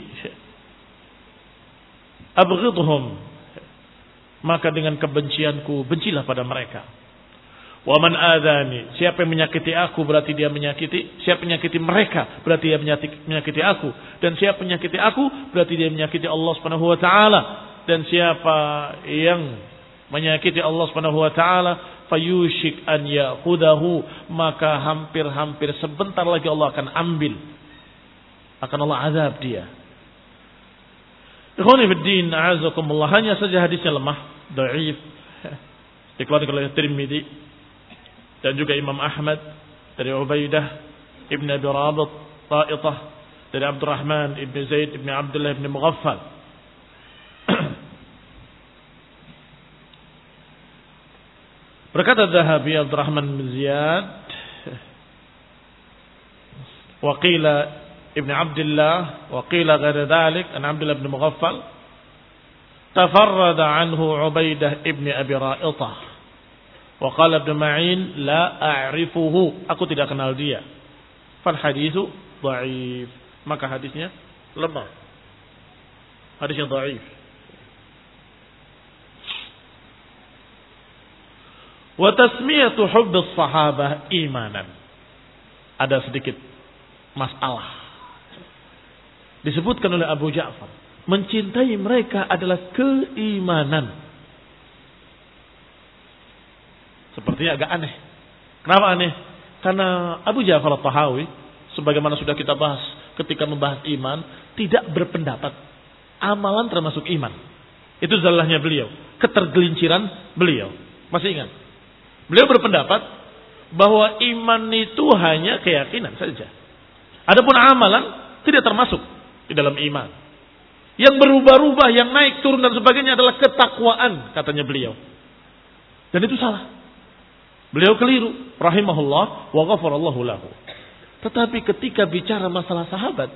abghidhum, maka dengan kebencianku bencilah pada mereka. Wa man adani, siapa yang menyakiti aku berarti dia menyakiti, siapa menyakiti mereka berarti dia menyakiti, menyakiti aku, dan siapa menyakiti aku berarti dia menyakiti Allah Subhanahu wa taala, dan siapa yang menyakiti Allah Subhanahu wa taala fayushik an ya'khudahu, maka hampir-hampir sebentar lagi Allah akan ambil, akan Allah azab dia. Ikhwani fiddin, a'azakumullah, hanya saja hadisnya lemah, dhaif, dikeluarkan oleh Tirmidzi dan juga Imam Ahmad dari Ubaidah ibn Abi Rabit Ta'itah, dari Abdurrahman ibn Zaid ibn Abdullah ibn Mughaffal. Berkata Dhahabi, Abdurrahman bin Ziyad, wa qila ibn Abdullah, wa qila ghaira dhalik an Abdullah ibn Mughaffal, tafarrada anhu Ubaidah ibn Abi Ra'itah, wa qala Ibn Ma'in la a'rifuhu, aku tidak kenal dia. Fal hadithu dhaif, maka hadisnya lemah, hadisnya dhaif. Wa tasmiyatu hubbis sahabah imanan, ada sedikit masalah. Disebutkan oleh Abu Ja'far, mencintai mereka adalah keimanan. Sepertinya agak aneh. Kenapa aneh? Karena Abu Ja'far At-Tahawi, sebagaimana sudah kita bahas ketika membahas iman, tidak berpendapat amalan termasuk iman. Itu zalahnya beliau, ketergelinciran beliau. Masih ingat? Beliau berpendapat bahwa iman itu hanya keyakinan saja. Adapun amalan tidak termasuk di dalam iman. Yang berubah-ubah, yang naik turun dan sebagainya adalah ketakwaan, katanya beliau. Dan itu salah. Beliau keliru, rahimahullah wa ghafarallahu lahu. Tetapi ketika bicara masalah sahabat,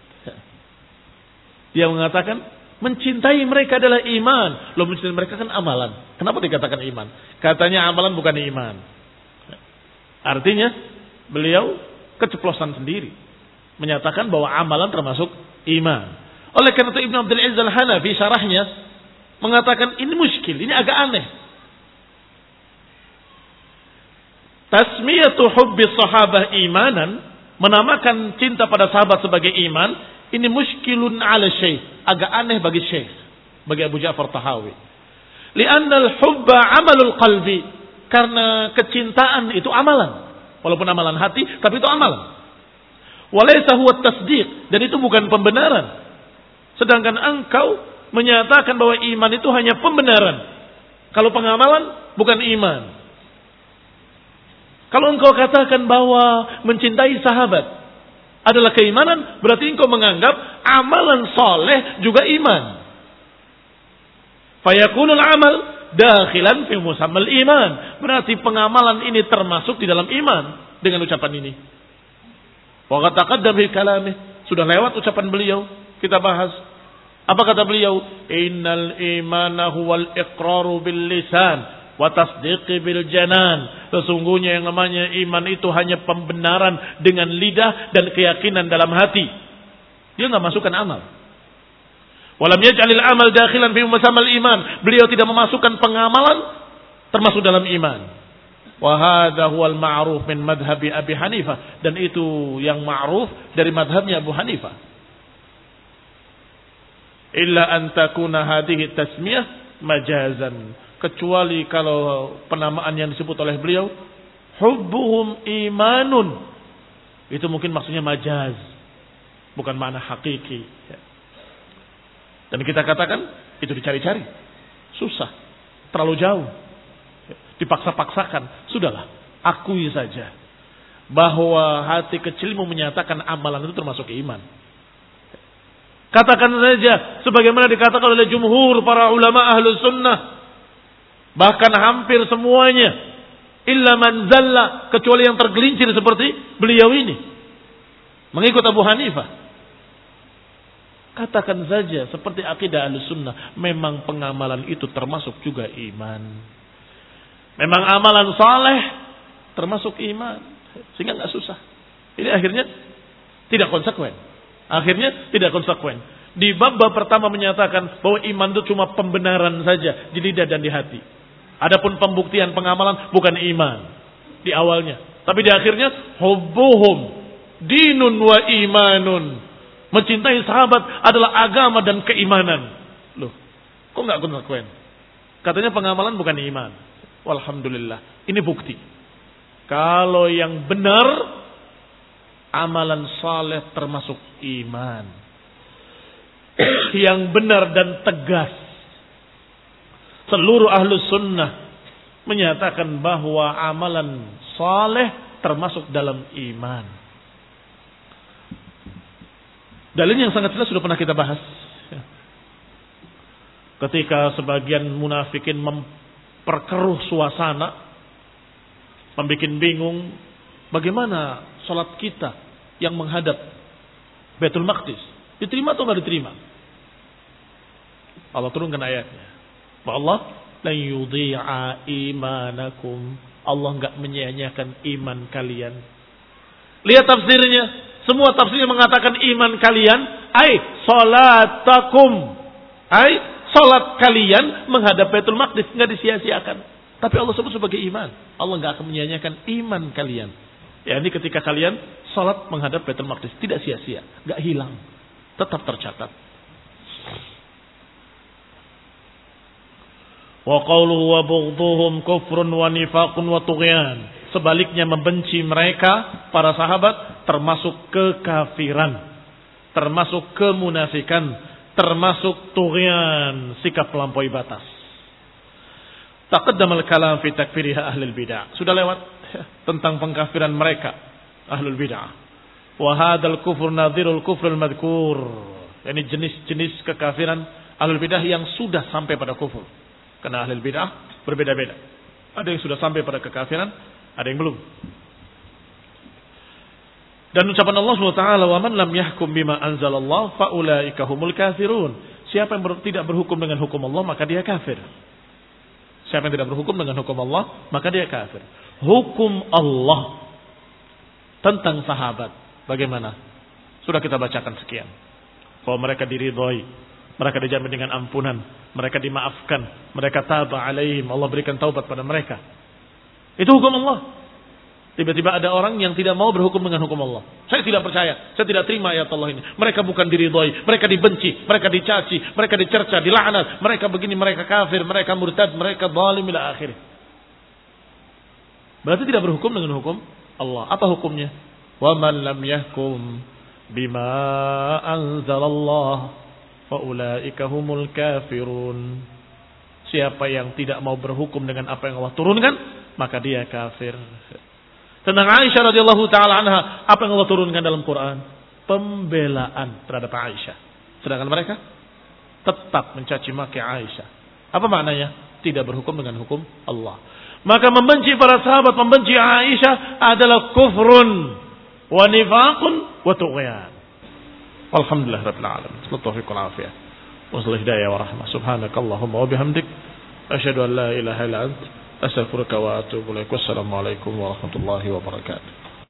dia mengatakan mencintai mereka adalah iman. Loh, mencintai mereka kan amalan. Kenapa dikatakan iman? Katanya amalan bukan iman. Artinya beliau keceplosan sendiri menyatakan bahwa amalan termasuk iman. Oleh karena itu Ibnu Abdul Aziz Al-Hanafi syarahnya mengatakan ini muskil, ini agak aneh. Tasmiyatu hubbi sahabah imanan, menamakan cinta pada sahabat sebagai iman, ini muskilun ala syekh, agak aneh bagi syekh, bagi Abu Ja'far Tahawi. Li'anna al-hubba amalul qalbi, karena kecintaan itu amalan, walaupun amalan hati, tapi itu amalan. Walaysa huwa tasdiq, dan itu bukan pembenaran. Sedangkan engkau menyatakan bahwa iman itu hanya pembenaran. Kalau pengamalan bukan iman. Kalau engkau katakan bahwa mencintai sahabat adalah keimanan, berarti engkau menganggap amalan soleh juga iman. Fayakunul amal dakhilan fi musammal iman. Berarti pengamalan ini termasuk di dalam iman dengan ucapan ini. Wa qad taqaddam fi kalamih, sudah lewat ucapan beliau, kita bahas. Apa kata beliau? Innal imana huwal iqraru bil lisan wa tasdiqi bil janan. Sesungguhnya yang namanya iman itu hanya pembenaran dengan lidah dan keyakinan dalam hati. Dia enggak masukkan amal. Walam yaj'alil amal dakhilan fi musammal iman. Beliau tidak memasukkan pengamalan termasuk dalam iman. Wa hadha huwal ma'ruf min madhhabi Abi Hanifah, dan itu yang ma'ruf dari madhabnya Abu Hanifah. Illa an takuna hadhihi tasmiyah majazan, kecuali kalau penamaan yang disebut oleh beliau hubbuhum imanun, itu mungkin maksudnya majaz, bukan makna hakiki. Dan kita katakan itu dicari-cari, susah, terlalu jauh, dipaksa-paksakan. Sudahlah, akui saja bahwa hati kecilmu menyatakan amalan itu termasuk iman. Katakan saja sebagaimana dikatakan oleh jumhur para ulama ahlus sunnah, bahkan hampir semuanya, illa man zalla, kecuali yang tergelincir seperti beliau ini mengikut Abu Hanifah. Katakan saja seperti akidah ahlus sunnah, memang pengamalan itu termasuk juga iman. Memang amalan saleh termasuk iman, sehingga nggak susah. Ini akhirnya tidak konsekuen. Akhirnya tidak konsekuen. Di bab-bab pertama menyatakan bahwa iman itu cuma pembenaran saja di lidah dan di hati. Adapun pembuktian pengamalan bukan iman di awalnya, tapi di akhirnya hubbuhum dinun wa imanun. Mencintai sahabat adalah agama dan keimanan. Loh, kok nggak konsekuen? Katanya pengamalan bukan iman. Walhamdulillah, ini bukti. Kalau yang benar, amalan saleh termasuk iman. Yang benar dan tegas, seluruh ahlus sunnah menyatakan bahwa amalan saleh termasuk dalam iman. Dalil yang sangat jelas sudah pernah kita bahas. Ketika sebagian munafikin memperkeruh suasana, membuat bingung, bagaimana salat kita yang menghadap Baitul Maqdis, diterima atau enggak diterima? Allah turunkan ayatnya. Bahwa Allah la yudhi'a imanakum. Allah enggak menyia-nyiakan iman kalian. Lihat tafsirnya. Semua tafsirnya mengatakan iman kalian, ai salatakum. Ai salat kalian menghadap Baitul Maqdis, enggak disia-siakan. Tapi Allah sebut sebagai iman. Allah enggak akan menyia-nyiakan iman kalian. Ya, ini ketika kalian salat menghadap Baitul Maqdis, tidak sia-sia, enggak hilang, tetap tercatat. Wa qawluhu wa bughdhuhum kufrun wa nifaqun wa tughyan. Sebaliknya membenci mereka para sahabat termasuk kekafiran, termasuk kemunafikan, termasuk tughyan, sikap melampaui batas. Taqaddama al-kalam fi takfiriha ahlul bid'ah. Sudah lewat tentang pengkafiran mereka ahlul bid'ah. Wa hadzal kufur nadhirul kufrul madhkur. Yani jenis-jenis kekafiran ahlul bid'ah yang sudah sampai pada kufur. Karena ahlul bid'ah berbeda-beda. Ada yang sudah sampai pada kekafiran, ada yang belum. Dan ucapan Allah subhanahu wa taala, "Wa man lam yahkum bima anzalallah fa ulaika humul kafirun." Siapa yang ber, tidak berhukum dengan hukum Allah, maka dia kafir. Siapa yang tidak berhukum dengan hukum Allah, maka dia kafir. Hukum Allah tentang sahabat bagaimana? Sudah kita bacakan sekian. Bahwa mereka diridhoi, mereka dijamin dengan ampunan, mereka dimaafkan, mereka taba alaihim, Allah berikan taubat pada mereka. Itu hukum Allah. Tiba-tiba ada orang yang tidak mau berhukum dengan hukum Allah. Saya tidak percaya, saya tidak terima ayat Allah ini. Mereka bukan diridhoi, mereka dibenci, mereka dicaci, mereka dicerca, dilaknat, mereka begini, mereka kafir, mereka murtad, mereka zalim ila akhir. Berarti tidak berhukum dengan hukum Allah. Apa hukumnya? Wa man lam yahkum bima anzalallah fa faulaika humul kafirun. Siapa yang tidak mau berhukum dengan apa yang Allah turunkan, maka dia kafir. Tentang Aisyah radhiyallahu taala anha, apa yang Allah turunkan dalam Quran? Pembelaan terhadap Aisyah. Sedangkan mereka tetap mencaci maki Aisyah. Apa maknanya? Tidak berhukum dengan hukum Allah. Maka membenci para sahabat, membenci Aisyah adalah kufrun wa nifaqun wa tughyan. Alhamdulillah rabbil alamin. Taufiq wal afiyah. Wasal hidayah wa rahmah. Subhanakallahumma wa bihamdik asyhadu an la ilaha illa anta astaghfiruka wa atubu ilaik. Wassalamu alaikum warahmatullahi wabarakatuh.